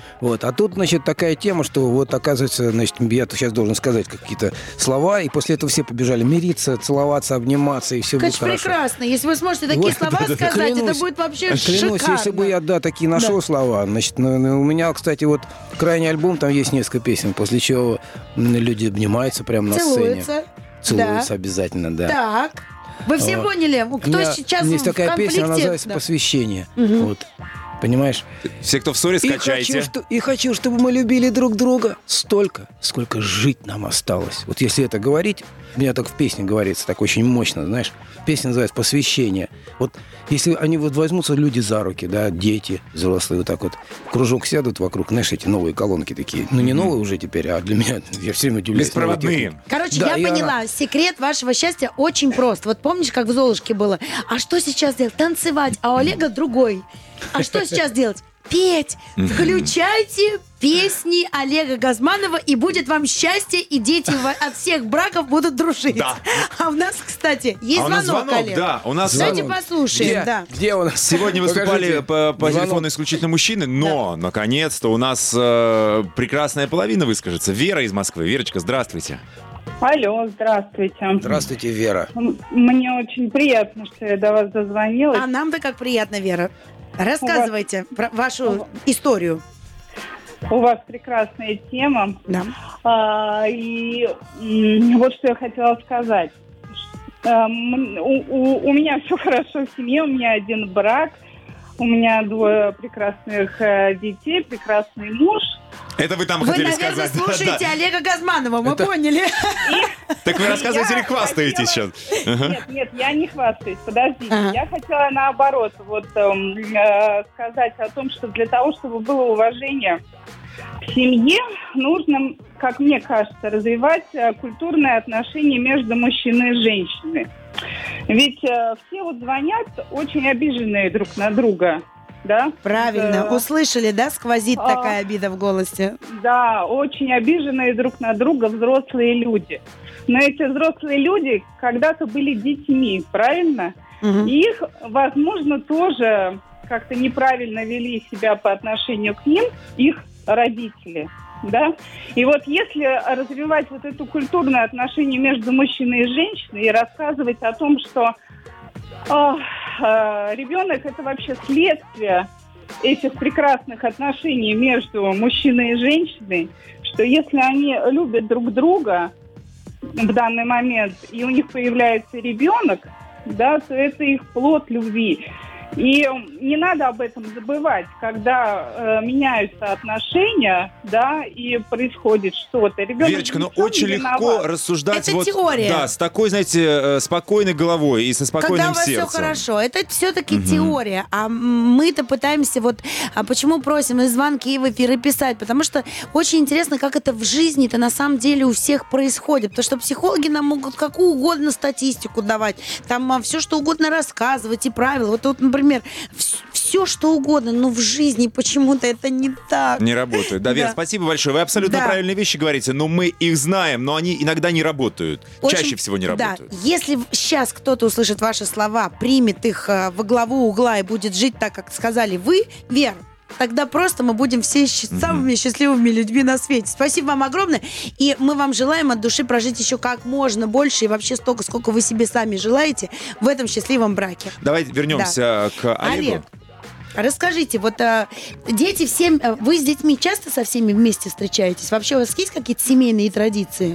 Вот. А тут, значит, такая тема, что вот, оказывается, значит, я сейчас должен сказать какие-то слова, и после этого все побежали мириться, целоваться, обниматься, и все будет хорошо. Прекрасно. Если вы сможете такие слова сказать, клянусь, это будет вообще шикарно. Если бы я, такие нашел слова. Значит, у меня, кстати, вот крайний альбом, там есть несколько песен, после чего люди обнимаются прямо на сцене. Целуются обязательно, да. Так. Вы все поняли, кто сейчас в есть такая конфликте? Песня, она называется «Посвящение». Вот. Понимаешь? Все, кто в ссоре, скачайте. И хочу, чтобы мы любили друг друга столько, сколько жить нам осталось. Вот если это говорить, у меня так в песне говорится, так очень мощно, знаешь. Песня называется «Посвящение». Вот если они вот возьмутся люди за руки, да, дети, взрослые, вот так вот, в кружок сядут вокруг, знаешь, эти новые колонки такие. Ну, не новые уже теперь, а для меня, я все время удивляюсь. Беспроводные. Короче, я поняла, секрет вашего счастья очень прост. Вот помнишь, как в «Золушке» было? А что сейчас делать? Танцевать, а у Олега другой. А что сейчас делать? Петь. Включайте песни Олега Газманова, и будет вам счастье, и дети от всех браков будут дружить. Да. А у нас, кстати, есть звонок, Олег. Да, у нас Давайте послушаем. Где у нас? Сегодня выступали по телефону исключительно мужчины, но, наконец-то, у нас прекрасная половина выскажется. Вера из Москвы. Верочка, здравствуйте. Алло, здравствуйте. Здравствуйте, Вера. Мне очень приятно, что я до вас дозвонилась. А нам-то как приятно, Вера. Рассказывайте про вашу историю. У вас прекрасная тема. Да. И вот что я хотела сказать. У меня все хорошо в семье, у меня один брак, у меня 2 прекрасных детей, прекрасный муж. Это вы там хотели сказать. Вы, наверное, слушаете Олега Газманова, мы поняли. Так вы рассказываете или хвастаетесь сейчас? Нет, я не хвастаюсь, подождите. Я хотела наоборот сказать о том, что для того, чтобы было уважение в семье, нужно, как мне кажется, развивать культурные отношения между мужчиной и женщиной. Ведь все вот звонят очень обиженные друг на друга. Да? Правильно, услышали, да, сквозит такая обида в голосе? Да, очень обиженные друг на друга взрослые люди. Но эти взрослые люди когда-то были детьми, правильно? И их, возможно, тоже как-то неправильно вели себя по отношению к ним их родители. Да? И вот если развивать вот эту культурное отношение между мужчиной и женщиной и рассказывать о том, что ребенок – это вообще следствие этих прекрасных отношений между мужчиной и женщиной, что если они любят друг друга в данный момент, и у них появляется ребенок, да, то это их плод любви. И не надо об этом забывать, когда меняются отношения, да, и происходит что-то. Ребенок Верочка, очень легко рассуждать это теория. Да, с такой, знаете, спокойной головой и со спокойным сердцем. Когда у вас все хорошо. Это все-таки теория. А мы-то пытаемся почему просим и звонки, и в эфиры писать? Потому что очень интересно, как это в жизни-то на самом деле у всех происходит. Потому что психологи нам могут какую угодно статистику давать, там все что угодно рассказывать и правила. Вот, например, все что угодно, но в жизни почему-то это не так. Не работает. Да, Вера, спасибо большое. Вы абсолютно правильные вещи говорите, но мы их знаем, но они иногда не работают. Чаще всего не работают. Да, если сейчас кто-то услышит ваши слова, примет их во главу угла и будет жить так, как сказали вы, Вера, тогда просто мы будем все самыми счастливыми людьми на свете. Спасибо вам огромное. И мы вам желаем от души прожить еще как можно больше и вообще столько, сколько вы себе сами желаете в этом счастливом браке. Давайте вернемся к Олегу. Олег, расскажите, дети всем... Вы с детьми часто со всеми вместе встречаетесь? Вообще у вас есть какие-то семейные традиции?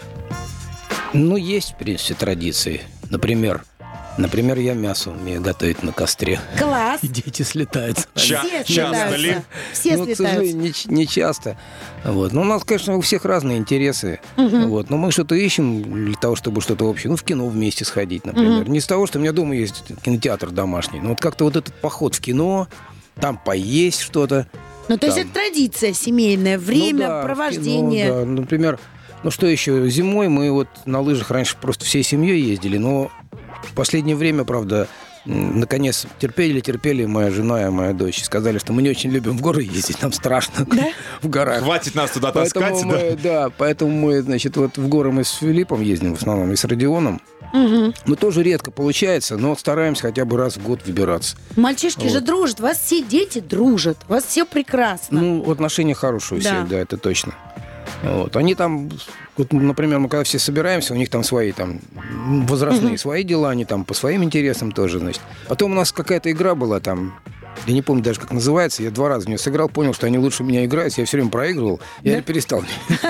Ну, есть, в принципе, традиции. Например, я мясо умею готовить на костре. Класс! И дети слетаются. Часто ли? Все слетаются. К сожалению, не часто. Вот. Но у нас, конечно, у всех разные интересы. Вот. Но мы что-то ищем для того, чтобы что-то общее. В кино вместе сходить, например. Не из того, что у меня дома есть кинотеатр домашний. Но как-то этот поход в кино, там поесть что-то. Ну, то есть это традиция семейная, время провождения. Кино, да. Например, что еще? Зимой мы на лыжах раньше просто всей семьей ездили, но в последнее время, правда, наконец, терпели моя жена и моя дочь. Сказали, что мы не очень любим в горы ездить, нам страшно в горах. Хватит нас туда таскать, поэтому мы, значит, вот в горы мы с Филиппом ездим в основном и с Родионом. Мы тоже редко получается, но стараемся хотя бы раз в год выбираться. Мальчишки же дружат, у вас все дети дружат, у вас все прекрасно. Ну, отношения хорошие у всех, да, это точно. Вот. Они там, вот, например, мы когда все собираемся, у них там свои там возрастные свои дела, они там по своим интересам тоже, значит. Потом у нас какая-то игра была там, я не помню даже, как называется, я 2 раза в нее сыграл, понял, что они лучше меня играют, я все время проигрывал, я перестал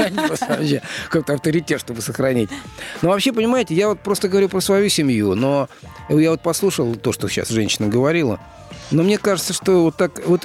как-то авторитет, чтобы сохранить. Но вообще, понимаете, я вот просто говорю про свою семью, но я вот послушал то, что сейчас женщина говорила, но мне кажется, что вот так вот,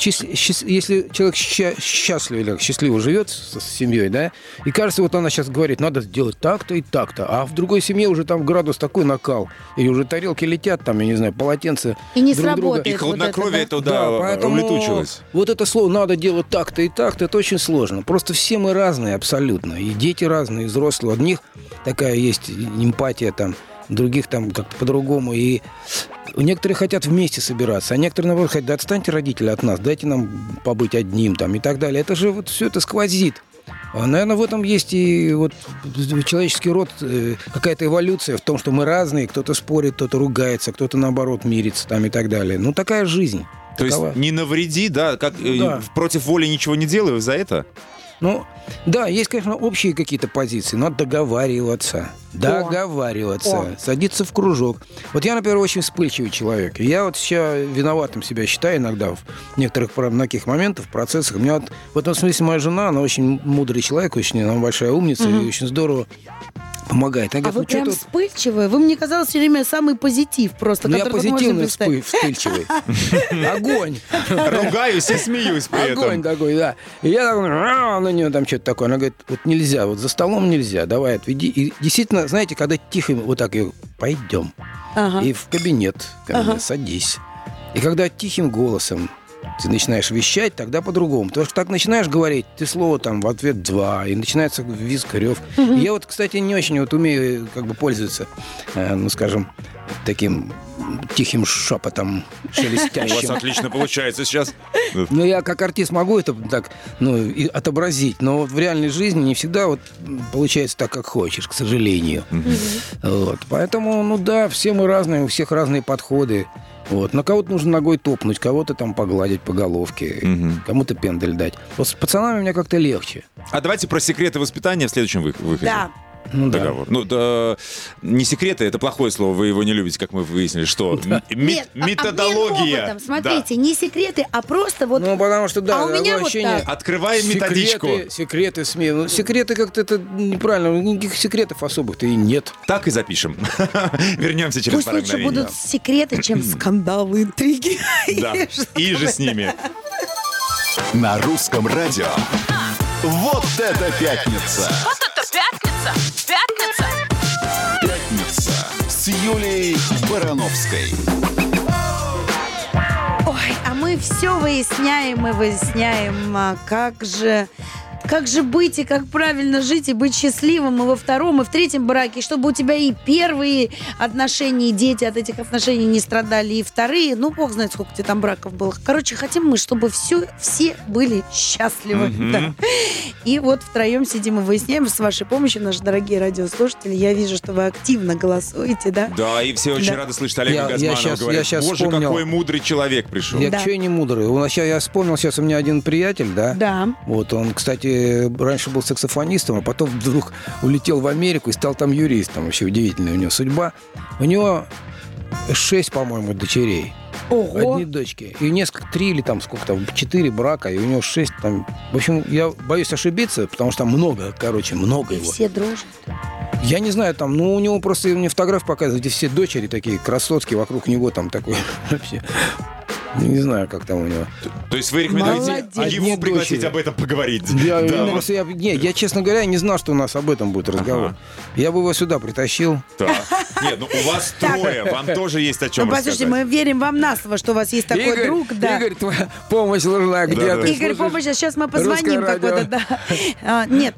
если человек счастлив или счастливо живет с семьей, да, и кажется, вот она сейчас говорит, надо сделать так-то и так-то, а в другой семье уже там градус такой накал, или уже тарелки летят, там, я не знаю, полотенца и не друг сработает друга. И хладнокровие это, да, улетучилось. Вот это слово «надо делать так-то и так-то» это очень сложно. Просто все мы разные абсолютно. И дети разные, и взрослые. У одних такая есть эмпатия там, других там как-то по-другому. И некоторые хотят вместе собираться, а некоторые, наоборот, хотят, да отстаньте, родители, от нас, дайте нам побыть одним там и так далее. Это же вот все это сквозит. Наверное, в этом есть и вот человеческий род, какая-то эволюция в том, что мы разные, кто-то спорит, кто-то ругается, кто-то, наоборот, мирится там и так далее. Ну, такая жизнь. То есть не навреди, да, как против воли ничего не делаю за это? Ну, да, есть, конечно, общие какие-то позиции, но договариваться, садиться в кружок. Вот я, например, очень вспыльчивый человек. И я вот сейчас виноватым себя считаю иногда в некоторых таких моментах, процессах. У меня вот в этом смысле моя жена, она очень мудрый человек, очень, она большая умница, и очень здорово помогает. Она говорит, вы прям вспыльчивый? Вы, мне казалось, все время самый позитив просто, который я позитивный, вспыльчивый. Огонь. Ругаюсь и смеюсь при этом. Огонь такой, да. И я такой, на нее там что-то такое. Она говорит, вот нельзя, вот за столом нельзя, давай отведи. И действительно, знаете, когда тихо, вот так, пойдем. И в кабинет ко мне садись. И когда тихим голосом ты начинаешь вещать, тогда по-другому. Потому что так начинаешь говорить, ты слово там в ответ 2, и начинается визг, рев. И я вот, кстати, не очень вот умею как бы пользоваться, ну, скажем, таким тихим шепотом шелестящим. У вас отлично получается сейчас. Ну, я как артист могу это так, ну, и отобразить, но вот в реальной жизни не всегда вот получается так, как хочешь, к сожалению. Вот. Поэтому, ну да, все мы разные, у всех разные подходы. Вот. На кого-то нужно ногой топнуть, кого-то там погладить по головке, кому-то пендель дать. Вот с пацанами мне как-то легче. А давайте про секреты воспитания в следующем выходе. Да. Ну, договор. Да. Ну, да, не секреты, это плохое слово, вы его не любите, как мы выяснили, что методология. Опытом, смотрите, не секреты, а просто вот. Ну, потому что, да, у меня вот так. Открываем методичку. Секреты СМИ. Ну, секреты как-то это неправильно, никаких секретов особых-то и нет. Так и запишем. Вернемся через пару мгновений. Пусть лучше будут секреты, чем скандалы, интриги. Да, и же с ними. На русском радио. Вот это пятница! Вот это пятница! Пятница! Пятница с Юлией Барановской. Ой, а мы все выясняем и выясняем, как же быть и как правильно жить и быть счастливым и во втором, и в третьем браке, чтобы у тебя и первые отношения, и дети от этих отношений не страдали, и вторые, ну, бог знает, сколько тебе там браков было. Короче, хотим мы, чтобы все были счастливы. Да. И вот втроем сидим и выясняем с вашей помощью, наши дорогие радиослушатели. Я вижу, что вы активно голосуете, да? Да, и все очень рады слышать Олега Газманова. Говорят, боже, какой мудрый человек пришел. Я что и не мудрый. Я вспомнил, сейчас у меня один приятель, да? Да. Вот он, кстати, раньше был саксофонистом, а потом вдруг улетел в Америку и стал там юристом. Вообще удивительная у него судьба. У него 6, по-моему, дочерей. Ого. Одни дочки. И 3 или там сколько-то, 4 брака, и у него 6 там. В общем, я боюсь ошибиться, потому что там много его. Все дружат. Я не знаю, там, ну, у него просто, мне фотографии показывают, где все дочери такие красотские, вокруг него там такой вообще. Не знаю, как там у него. То есть вы рекомендуете его пригласить об этом поговорить? Я, честно говоря, не знал, что у нас об этом будет разговор. Я бы его сюда притащил. Нет, ну у вас трое, вам тоже есть о чем рассказать. Послушайте, мы верим вам на слово, что у вас есть такой друг. Игорь, твоя помощь нужна где-то. Игорь, помощь, сейчас мы позвоним. Нет,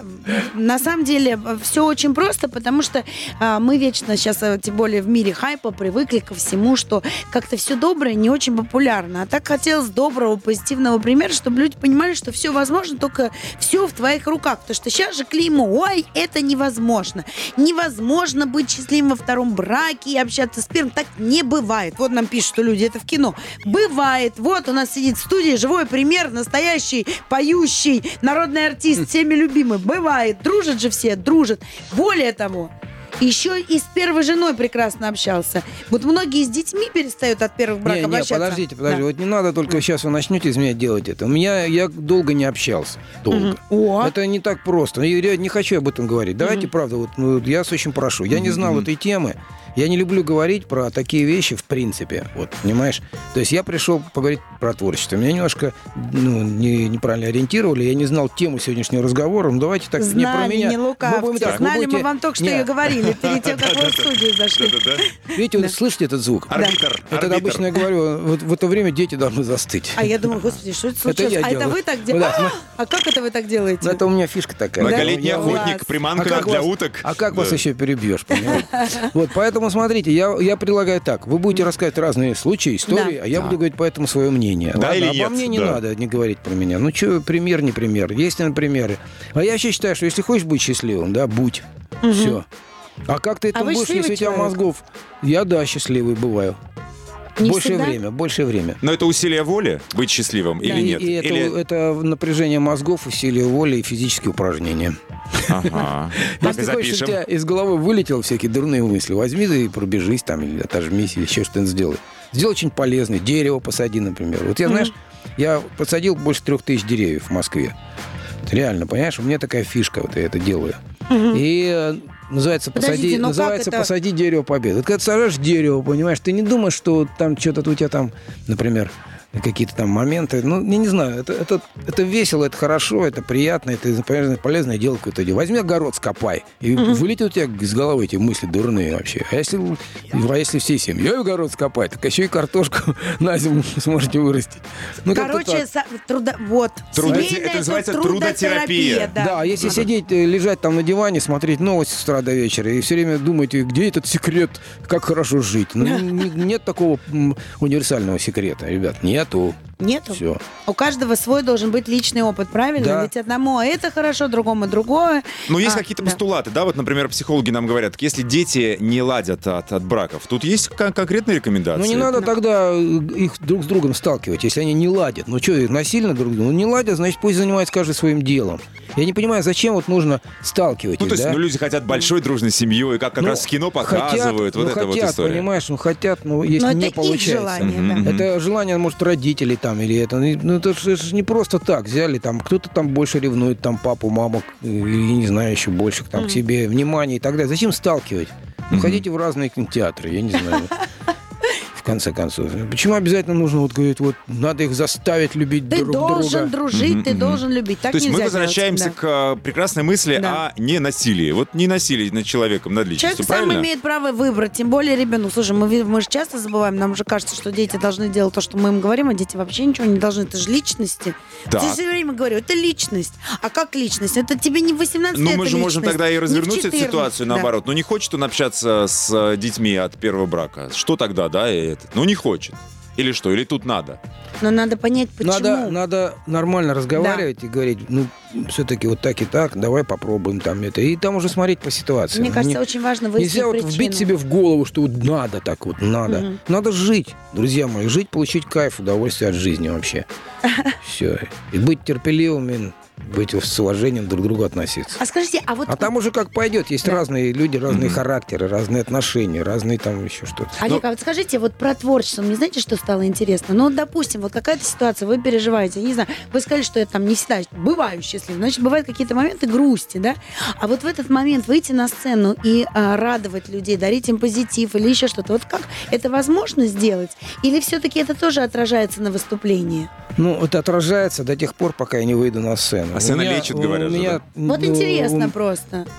на самом деле все очень просто, потому что мы вечно сейчас, тем более в мире хайпа, привыкли ко всему, что как-то все доброе не очень популярно. А так хотелось доброго, позитивного примера, чтобы люди понимали, что все возможно, только все в твоих руках. Потому что сейчас же клеймо, ой, это невозможно. Невозможно быть счастливым во втором браке и общаться с первым. Так не бывает. Вот нам пишут, что люди, это в кино. Бывает. Вот у нас сидит в студии живой пример, настоящий, поющий, народный артист, всеми любимый. Бывает. Дружат же все, дружат. Более того, еще и с первой женой прекрасно общался. Вот многие с детьми перестают от первых браков общаться. Подождите. Да. Вот не надо только сейчас вы начнете из меня делать это. Я долго не общался. Долго. Это не так просто. Я не хочу об этом говорить. Давайте, правда, вот я вас очень прошу. Я не знал этой темы. Я не люблю говорить про такие вещи в принципе. Вот, понимаешь? То есть я пришел поговорить про творчество. Меня немножко неправильно ориентировали. Я не знал тему сегодняшнего разговора. Ну, давайте так, знали, не про меня. Не лукавьте. Знали, мы вам только что ее говорили перед тем, как вы в студию зашли. Видите, вы слышите этот звук? Арбитр. Это обычно я говорю, вот в это время дети должны застыть. А я думаю, господи, что это случилось? Это вы так делаете? А как это вы так делаете? Это у меня фишка такая. Многолетний охотник, приманка для уток. А как вас еще перебьешь, понимаете? Вот, поэтому смотрите, я предлагаю так. Вы будете рассказывать разные случаи, истории, а я буду говорить поэтому свое мнение. Да или нет? Обо мне не надо не говорить про меня. Ну что, пример, не пример. Есть, наверное, примеры. А я вообще считаю, что если хочешь быть счастливым, да, будь. Все. А как ты это будешь, если у тебя мозгов? Я, счастливый бываю. Больше время. Но это усилие воли быть счастливым или нет? Это напряжение мозгов, усилие воли и физические упражнения. Ага. Если хочешь, у тебя из головы вылетело всякие дурные мысли, возьми и пробежись там, или отожмись, или еще что-нибудь сделай. Сделай очень полезное. Дерево посади, например. Вот я, знаешь, я посадил больше 3000 деревьев в Москве. Реально, понимаешь, у меня такая фишка, вот я это делаю. И называется «Посади дерево победы». Вот когда ты сажаешь дерево, понимаешь, ты не думаешь, что там что-то у тебя там, например, какие-то там моменты. Ну, я не знаю, это весело, это хорошо, это приятно, это полезное дело какое-то. Возьми огород, скопай, и вылетят у тебя из головы эти мысли дурные вообще. А если всей семьей огород скопать, так еще и картошку на зиму сможете вырастить. Ну, короче, это называется трудотерапия. Да, если сидеть, лежать там на диване, смотреть новости с утра до вечера, и все время думать, где этот секрет, как хорошо жить. Ну, нет такого универсального секрета, ребят, нету. Все. У каждого свой должен быть личный опыт, правильно? Да. Ведь одному это хорошо, другому другое. Но есть какие-то постулаты, да? Вот, например, психологи нам говорят, если дети не ладят от браков, тут есть конкретные рекомендации? Ну, не надо тогда их друг с другом сталкивать, если они не ладят. Ну, что, насильно друг с другом? Ну, не ладят, значит, пусть занимается каждый своим делом. Я не понимаю, зачем вот нужно сталкивать их, то есть, люди хотят большой дружной семьей, как раз в кино показывают, хотят, вот история. Понимаешь, хотят, но если не получается. Желание, это желание, может, родителей там, или это... Ну, это же не просто так взяли, там, кто-то там больше ревнует, там, папу, маму, или, не знаю, еще больше там, к себе внимания и так далее. Зачем сталкивать? Ну, ходите в разные кинотеатры, я не знаю. В конце концов. Почему обязательно нужно говорить, надо их заставить любить друг друга? Ты должен дружить, ты должен любить. Так то есть мы возвращаемся к прекрасной мысли о ненасилии. Вот не насилие над человеком, над личностью, правильно? Человек сам имеет право выбрать, тем более ребенок. Слушай, мы же часто забываем, нам же кажется, что дети должны делать то, что мы им говорим, а дети вообще ничего не должны. Это же личности. Я все время говорю, это личность. А как личность? Это тебе не 18 лет, мы же можем тогда и развернуть эту ситуацию наоборот. Ну, не хочет он общаться с детьми от первого брака. Что тогда, да? Ну, не хочет. Или что? Или тут надо? Но надо понять, почему. Надо нормально разговаривать и говорить, все-таки вот так и так, давай попробуем там это. И там уже смотреть по ситуации. Мне кажется, очень важно выяснить причину. Нельзя вбить себе в голову, что надо так вот, надо. Надо жить, друзья мои. Жить, получить кайф, удовольствие от жизни вообще. Все. И быть терпеливыми, быть с уважением друг к другу относиться. А скажите, А там уже как пойдет. Есть разные люди, разные характеры, разные отношения, разные там еще что-то. Олег, а вот скажите, про творчество, мне знаете, что стало интересно? Ну, допустим, какая-то ситуация, вы переживаете, я не знаю, вы сказали, что я там не всегда бываю счастлив, значит, бывают какие-то моменты грусти, да? А вот в этот момент выйти на сцену и радовать людей, дарить им позитив или еще что-то, вот как это возможно сделать? Или все-таки это тоже отражается на выступлении? Ну, это отражается до тех пор, пока я не выйду на сцену. А сцена лечит, говорят. Вот интересно просто.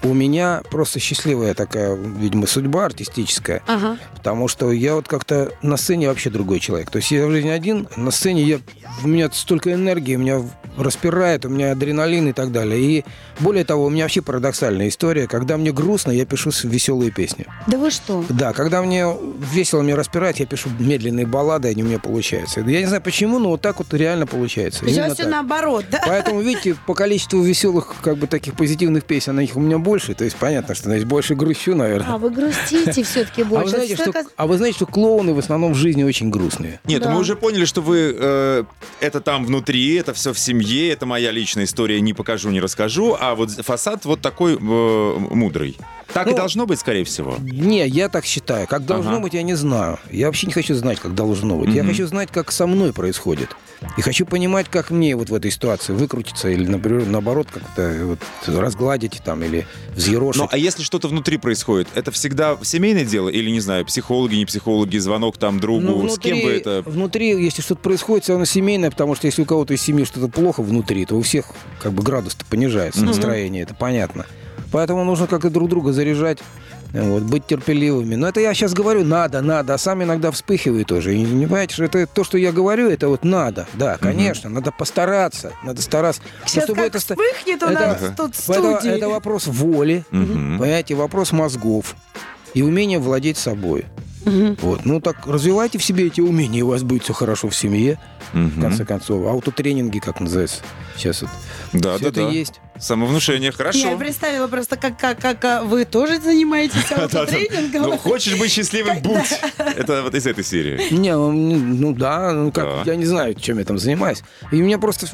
у меня просто счастливая такая, видимо, судьба артистическая. Ага. Потому что я вот как-то на сцене вообще другой человек. То есть я в жизни один, на сцене у меня столько энергии, меня распирает, у меня адреналин и так далее. И более того, у меня вообще парадоксальная история. Когда мне грустно, я пишу веселые песни. Да вы что? Да, когда мне весело, меня распирает, я пишу медленные баллады, они у меня получаются. Я не знаю почему, но вот так вот реально получается. То есть у вас все наоборот, да? Поэтому, видите, по количеству веселых, как бы таких позитивных песен, их у меня больше. То есть понятно, что значит, больше грущу, наверное. А вы грустите все-таки больше. А вы знаете, что клоуны в основном в жизни очень грустные? Нет, Да. мы уже поняли, что вы это там внутри, это все в семье, это моя личная история, не покажу, не расскажу, а вот фасад вот такой мудрый. Так и должно быть, скорее всего. Не, я так считаю. Как должно быть, я не знаю. Я вообще не хочу знать, как должно быть. Я хочу знать, как со мной происходит. И хочу понимать, как мне вот в этой ситуации выкрутиться или, например, наоборот, как-то вот разгладить там или взъерошить. Ну, а если что-то внутри происходит, это всегда семейное дело? Или, не знаю, психологи, не психологи, звонок там другу? С кем вы это... Внутри, если что-то происходит, все равно семейное, потому что если у кого-то из семьи что-то плохо внутри, то у всех как бы градус-то понижается, настроение, это понятно. Поэтому нужно как-то друг друга заряжать, вот, быть терпеливыми. Но это я сейчас говорю надо, а сам иногда вспыхиваю тоже. И не понимаете, что это то, что я говорю, это вот надо. Да, конечно, надо постараться, надо стараться. Сейчас чтобы как вспыхнет у нас тут в студии. Это вопрос воли, понимаете, вопрос мозгов и умения владеть собой. Вот. Ну так развивайте в себе эти умения, и у вас будет все хорошо в семье, в конце концов. Аутотренинги, как называется сейчас вот. Да, все это есть. Самовнушение, хорошо. Я представила просто, как вы тоже занимаетесь аутотренингом. Ну, хочешь быть счастливым, будь. Это вот из этой серии. Не, ну да, я не знаю, чем я там занимаюсь. И у меня просто,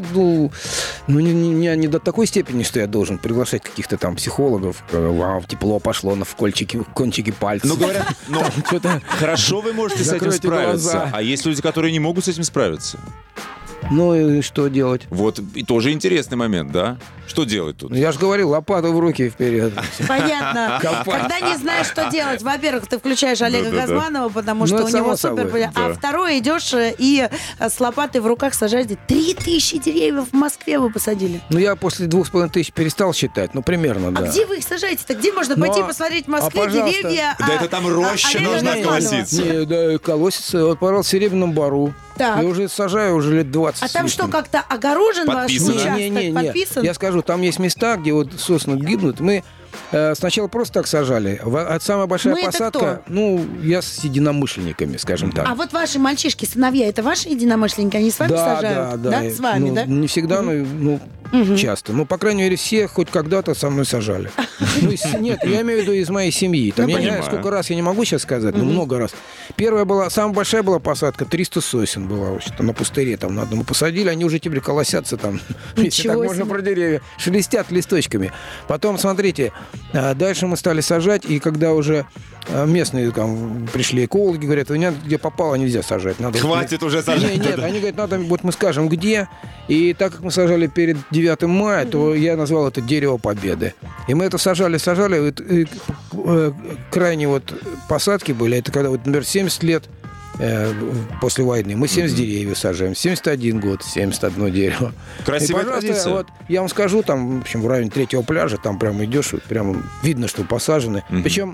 не до такой степени, что я должен приглашать каких-то там психологов. Вау, тепло пошло в кончики пальцев. Ну, говорят, хорошо вы можете с этим справиться. А есть люди, которые не могут с этим справиться. Ну и что делать? Вот, и тоже интересный момент, да? Что делать тут? Я же говорил, лопату в руки вперед. Понятно. Когда не знаешь, что делать, во-первых, ты включаешь Олега Газманова, потому что у него супер... А второе, идешь и с лопатой в руках сажаешь. 3000 деревьев в Москве вы посадили. Ну, я после 2500 перестал считать, ну, примерно, да. А где вы их сажаете-то? Где можно пойти посмотреть в Москве деревья? Да это там роща нужна колоситься. Не, да, колосится. Вот, пожалуйста, в Серебряном Бару. Так. Я уже сажаю уже лет 20. А там что, как-то огорожен ваш участок? Не. Подписан? Я скажу, там есть места, где вот сосны гибнут. Мы сначала просто так сажали. Самая большая посадка, я с единомышленниками, скажем так. А вот ваши мальчишки, сыновья, это ваши единомышленники? Они с вами сажают? Да, с вами, да? Не всегда, но часто. Ну, по крайней мере, все хоть когда-то со мной сажали. Нет, я имею в виду из моей семьи. Я не знаю, сколько раз, я не могу сейчас сказать, но много раз. Самая большая была посадка, 300 сосен была вообще-то на пустыре. Там на одном посадили, они уже теперь колосятся там, если так можно про деревья, шелестят листочками. Потом, смотрите, дальше мы стали сажать, и когда уже местные там пришли экологи, говорят, где попало, нельзя сажать. Надо хватит уже сажать. Нет, они говорят, надо, вот мы скажем, где. И так как мы сажали перед 9 мая, то я назвал это «Дерево Победы». И мы это сажали. И крайние вот посадки были, это когда, вот, например, 70 лет после войны. Мы 70 деревьев сажаем, 71 год, 71 дерево. Красивая традиция. Вот, я вам скажу, там, в общем, в районе 3-го пляжа, там прямо идешь, прямо видно, что посажены. Причем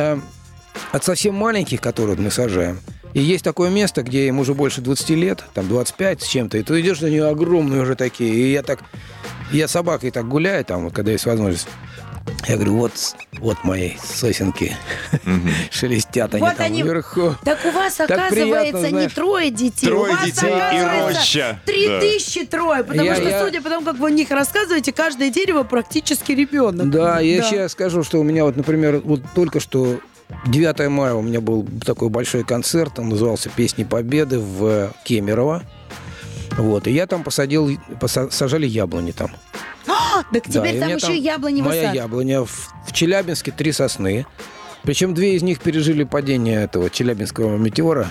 от совсем маленьких, которые мы сажаем, и есть такое место, где им уже больше 20 лет, там 25 с чем-то, и ты идешь, на нее огромные уже такие. И я с собакой так гуляю, там, вот, когда есть возможность. Я говорю, вот мои сосенки шелестят, они вот там они вверху. Так у вас, оказывается, не 3 детей. 3 у вас, детей и роща. 3003, потому что, судя по тому, как вы о них рассказываете, каждое дерево практически ребенок. Да, я сейчас скажу, что у меня вот, например, вот только что 9 мая у меня был такой большой концерт, он назывался «Песни Победы» в Кемерово. Вот, и я там сажали яблони там. Так теперь там еще яблоневый сад. Моя яблоня. В Челябинске 3 сосны. Причем 2 из них пережили падение этого челябинского метеора.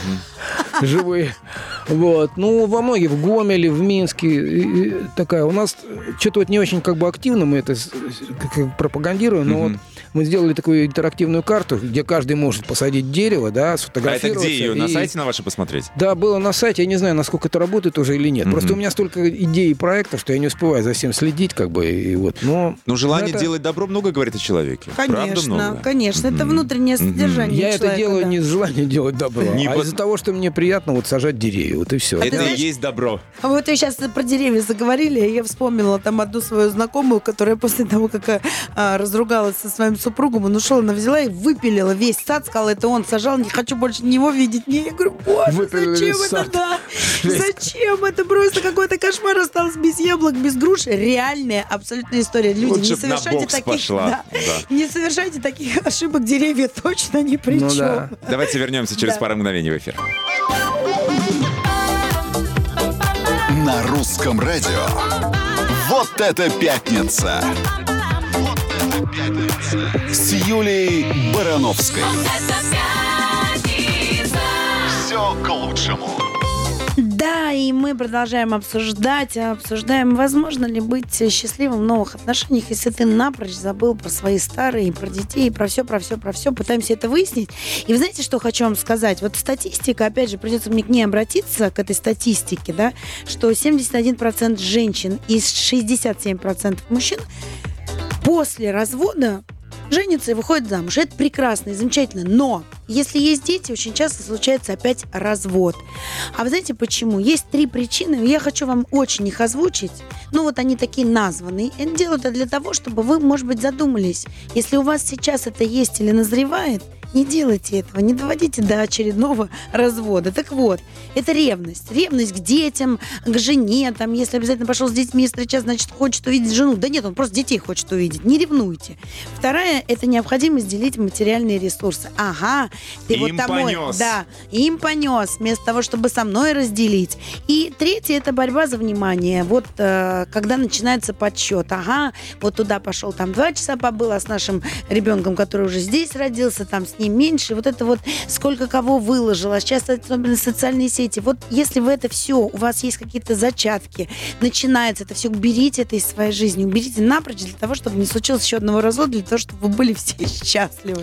Живые. Вот. Ну, во многих, в Гомеле, в Минске. Такая. У нас что-то вот не очень как бы активно мы это пропагандируем, но вот мы сделали такую интерактивную карту, где каждый может посадить дерево, да, сфотографироваться. А это где ее? На сайте на вашем посмотреть? Да, было на сайте. Я не знаю, насколько это работает уже или нет. Просто у меня столько идей и проектов, что я не успеваю за всем следить, как бы, и вот. Но желание делать добро много говорит о человеке. Конечно, конечно. Это внутреннее содержание Я человека, это делаю не из желания делать добро, Не а из-за того, что мне приятно вот сажать деревья. Вот и все. Это и есть добро. А вот вы сейчас про деревья заговорили, я вспомнила там одну свою знакомую, которая после того, как разругалась со своим супругом, он ушел, она взяла и выпилила весь сад, сказала, это он сажал, не хочу больше него видеть. Я говорю, боже, Выпилили зачем весь это, сад. да? Зачем это? Просто какой-то кошмар, осталось без яблок, без груш. Реальная абсолютная история. Люди, Лучше не б на совершайте бокс таких, пошла. Да. не совершайте таких ошибок, деревья точно ни при чем. да. Давайте вернемся через пару мгновений в эфир. На русском радио. Вот это пятница! С Юлией Барановской. Все к лучшему. Да, и мы продолжаем обсуждаем, возможно ли быть счастливым в новых отношениях, если ты напрочь забыл про свои старые, и про детей, и про все. Пытаемся это выяснить. И вы знаете, что хочу вам сказать? Вот статистика, опять же, придется мне к ней обратиться, к этой статистике, да, что 71% женщин и 67% мужчин после развода женятся и выходят замуж. Это прекрасно и замечательно. Но если есть дети, очень часто случается опять развод. А вы знаете почему? Есть 3 причины. Я хочу вам очень их озвучить. Ну вот они такие названные. И делают это для того, чтобы вы, может быть, задумались. Если у вас сейчас это есть или назревает, не делайте этого, не доводите до очередного развода. Так вот, это ревность. Ревность к детям, к жене. Там, если обязательно пошел с детьми встречаться, значит, хочет увидеть жену. Да нет, он просто детей хочет увидеть. Не ревнуйте. Вторая – это необходимость делить материальные ресурсы. Ага, ты им вот домой. понес. Да, им понес, вместо того, чтобы со мной разделить. И третье – это борьба за внимание. Вот когда начинается подсчет. Ага, вот туда пошел, там 2 часа побыл, а с нашим ребенком, который уже здесь родился, там с ним меньше. Вот это вот сколько кого выложила. Сейчас особенно социальные сети. Вот если в это все, у вас есть какие-то зачатки, начинается это все, уберите это из своей жизни. Уберите напрочь для того, чтобы не случилось еще одного развода, для того, чтобы вы были все счастливы.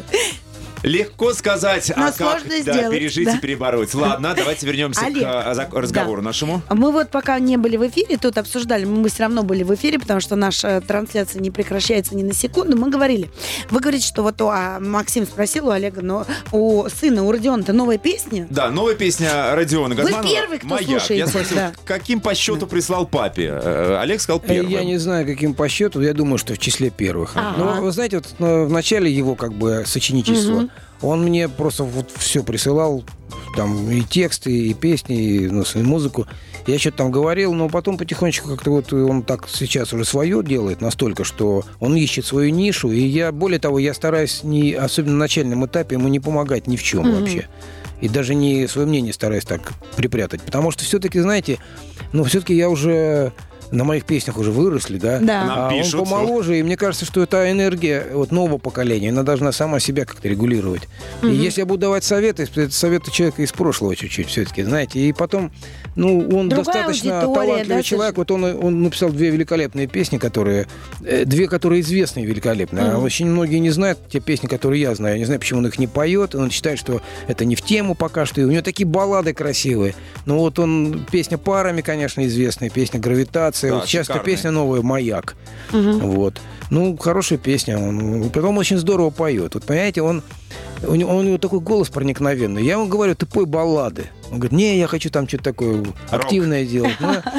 Легко сказать, но а как пережить и перебороть. Ладно, давайте вернемся к разговору нашему. Мы вот пока не были в эфире, тут обсуждали, мы все равно были в эфире, потому что наша трансляция не прекращается ни на секунду. Мы говорили, вы говорите, что вот Максим спросил у Олега, но у сына, у Родиона-то новая песня? Да, новая песня Родиона Газманова. Вы первый, кто «Маяк». слушает. Я спросил, каким по счету прислал папе? Олег сказал первым. Я не знаю, каким по счету, я думаю, что в числе первых. Но вы знаете, вот в начале его как бы сочинительства он мне просто вот все присылал, там и тексты, и песни, и музыку. Я что-то там говорил, но потом потихонечку как-то вот он так сейчас уже свое делает настолько, что он ищет свою нишу. И я, более того, я стараюсь, особенно на начальном этапе, ему не помогать ни в чем вообще. И даже не свое мнение стараюсь так припрятать. Потому что все-таки, знаете, все-таки я уже... На моих песнях уже выросли, да? Да. А он помоложе, и мне кажется, что это энергия вот нового поколения. Она должна сама себя как-то регулировать. И если я буду давать советы, это советы человека из прошлого чуть-чуть все-таки, знаете. И потом, он другая достаточно аудитория, талантливый человек. Вот он написал 2 великолепные песни, 2, которые известные великолепные. А очень многие не знают те песни, которые я знаю. Я не знаю, почему он их не поет. Он считает, что это не в тему пока что. И у него такие баллады красивые. Но вот песня «Парами», конечно, известная, песня «Гравитация». Да, вот сейчас песня новая «Маяк». Вот. Хорошая песня. Он потом очень здорово поет. Вот понимаете, у него такой голос проникновенный. Я ему говорю, ты пой баллады. Он говорит, не, я хочу там что-то такое активное делать.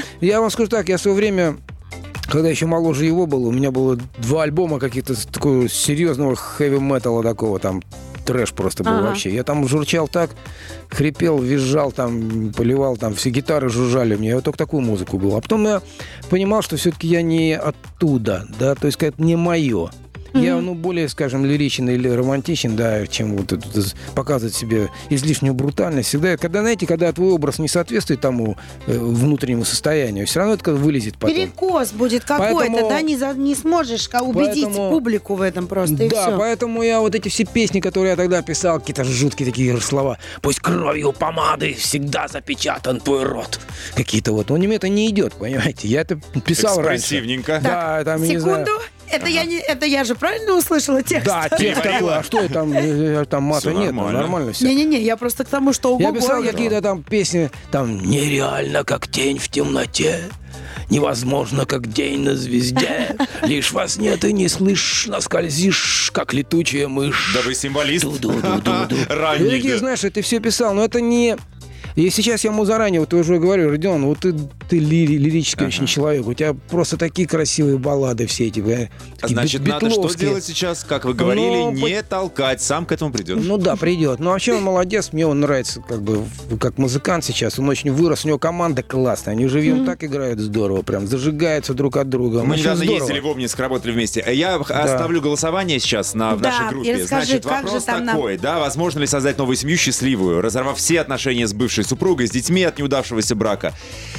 Я вам скажу так, я в свое время, когда еще моложе его было, у меня было 2 альбома каких-то такого серьезного хэви-металла такого там. Трэш просто был вообще. Я там журчал так, хрипел, визжал, там, поливал, там, все гитары жужжали у меня. Вот только такую музыку было. А потом я понимал, что все-таки я не оттуда, да, то есть это не мое. Я, более, скажем, лиричен или романтичен, да, чем вот показывать себе излишнюю брутальность. Всегда, когда твой образ не соответствует тому внутреннему состоянию, все равно это вылезет потом. Перекос будет какой-то, да, не сможешь убедить публику в этом просто, и все. Да, поэтому я вот эти все песни, которые я тогда писал, какие-то жуткие такие слова, пусть кровью помады всегда запечатан твой рот. Какие-то вот, мне это не идет, понимаете, я это писал раньше. Экспрессивненько. Да, там, секунду. Это я же правильно услышала текст? Да, текст такой. А что там мата нет? Нормально все. Не-не-не, я просто к тому, что я писал какие-то там песни, там нереально, как тень в темноте. Невозможно, как день на звезде. Лишь во сне ты не слышно скользишь, как летучая мышь. Да вы символист. Ранний. Такие, знаешь, ты все писал, но это не... И сейчас я ему заранее, вот уже говорю, Родион, вот ты лирический очень человек, у тебя просто такие красивые баллады все эти. Значит, надо что делать сейчас, как вы говорили, не толкать, сам к этому придет. Ну да, придет. Ну вообще он молодец, мне он нравится как музыкант сейчас, он очень вырос, у него команда классная, они живьем так играют здорово, прям зажигаются друг от друга. Мы недавно ездили в Обнинск, работали вместе. Я оставлю голосование сейчас в нашей группе. Значит, вопрос такой, да, возможно ли создать новую семью счастливую, разорвав все отношения с бывшей супругой, с детьми от неудавшегося брака.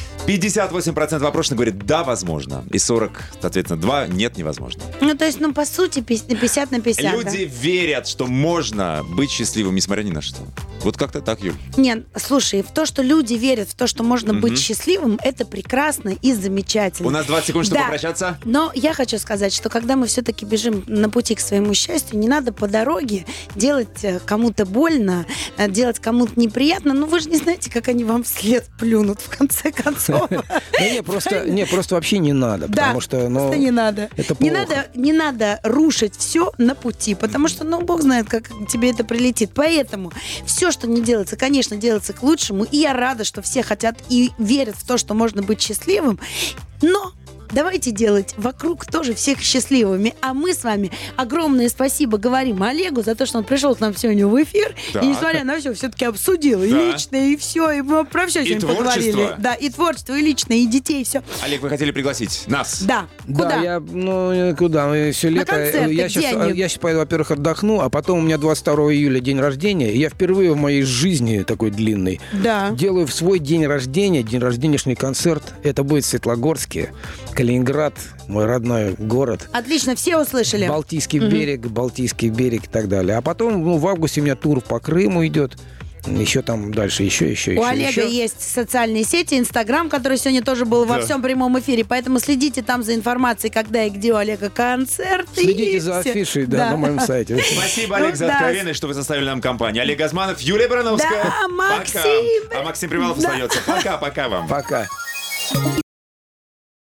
58% опрошенных говорит, да, возможно. И 40, соответственно, 2, нет, невозможно. Ну, то есть, по сути, 50 на 50. Люди верят, что можно быть счастливым, несмотря ни на что. Вот как-то так, Юль. Нет, слушай, в то, что люди верят в то, что можно быть счастливым, это прекрасно и замечательно. У нас 20 секунд, чтобы попрощаться. Но я хочу сказать, что когда мы все-таки бежим на пути к своему счастью, не надо по дороге делать кому-то больно, делать кому-то неприятно. Ну, вы же не знаете, как они вам вслед плюнут, в конце концов. Просто вообще не надо, потому что... просто не надо. Не надо рушить все на пути, потому что, Бог знает, как тебе это прилетит. Поэтому все, что не делается, конечно, делается к лучшему. И я рада, что все хотят и верят в то, что можно быть счастливым. Но давайте делать вокруг тоже всех счастливыми. А мы с вами огромное спасибо говорим Олегу за то, что он пришел к нам сегодня в эфир. Так. И, несмотря на все, все-таки обсудил. И личное, и все. И мы про все сегодня поговорили. Да, и творчество, и личное, и детей, и все. Олег, вы хотели пригласить нас? Да. Куда? Да, куда? Все лето. Я сейчас пойду, во-первых, отдохну, а потом у меня 22 июля день рождения. И я впервые в моей жизни, такой длинный, делаю в свой день рожденешний концерт. Это будет в Светлогорске. Калининград, мой родной город. Отлично, все услышали. Балтийский берег и так далее. А потом, в августе у меня тур по Крыму идет. Еще там дальше, еще. У Олега есть социальные сети, Инстаграм, который сегодня тоже был во всем прямом эфире. Поэтому следите там за информацией, когда и где у Олега концерт. Следите за афишей, на моем сайте. Спасибо, Олег, за откровенность, что вы составили нам компанию. Олег Газманов, Юлия Барановская. Да, Максим. Пока. А Максим Привалов остается. Пока вам. Пока.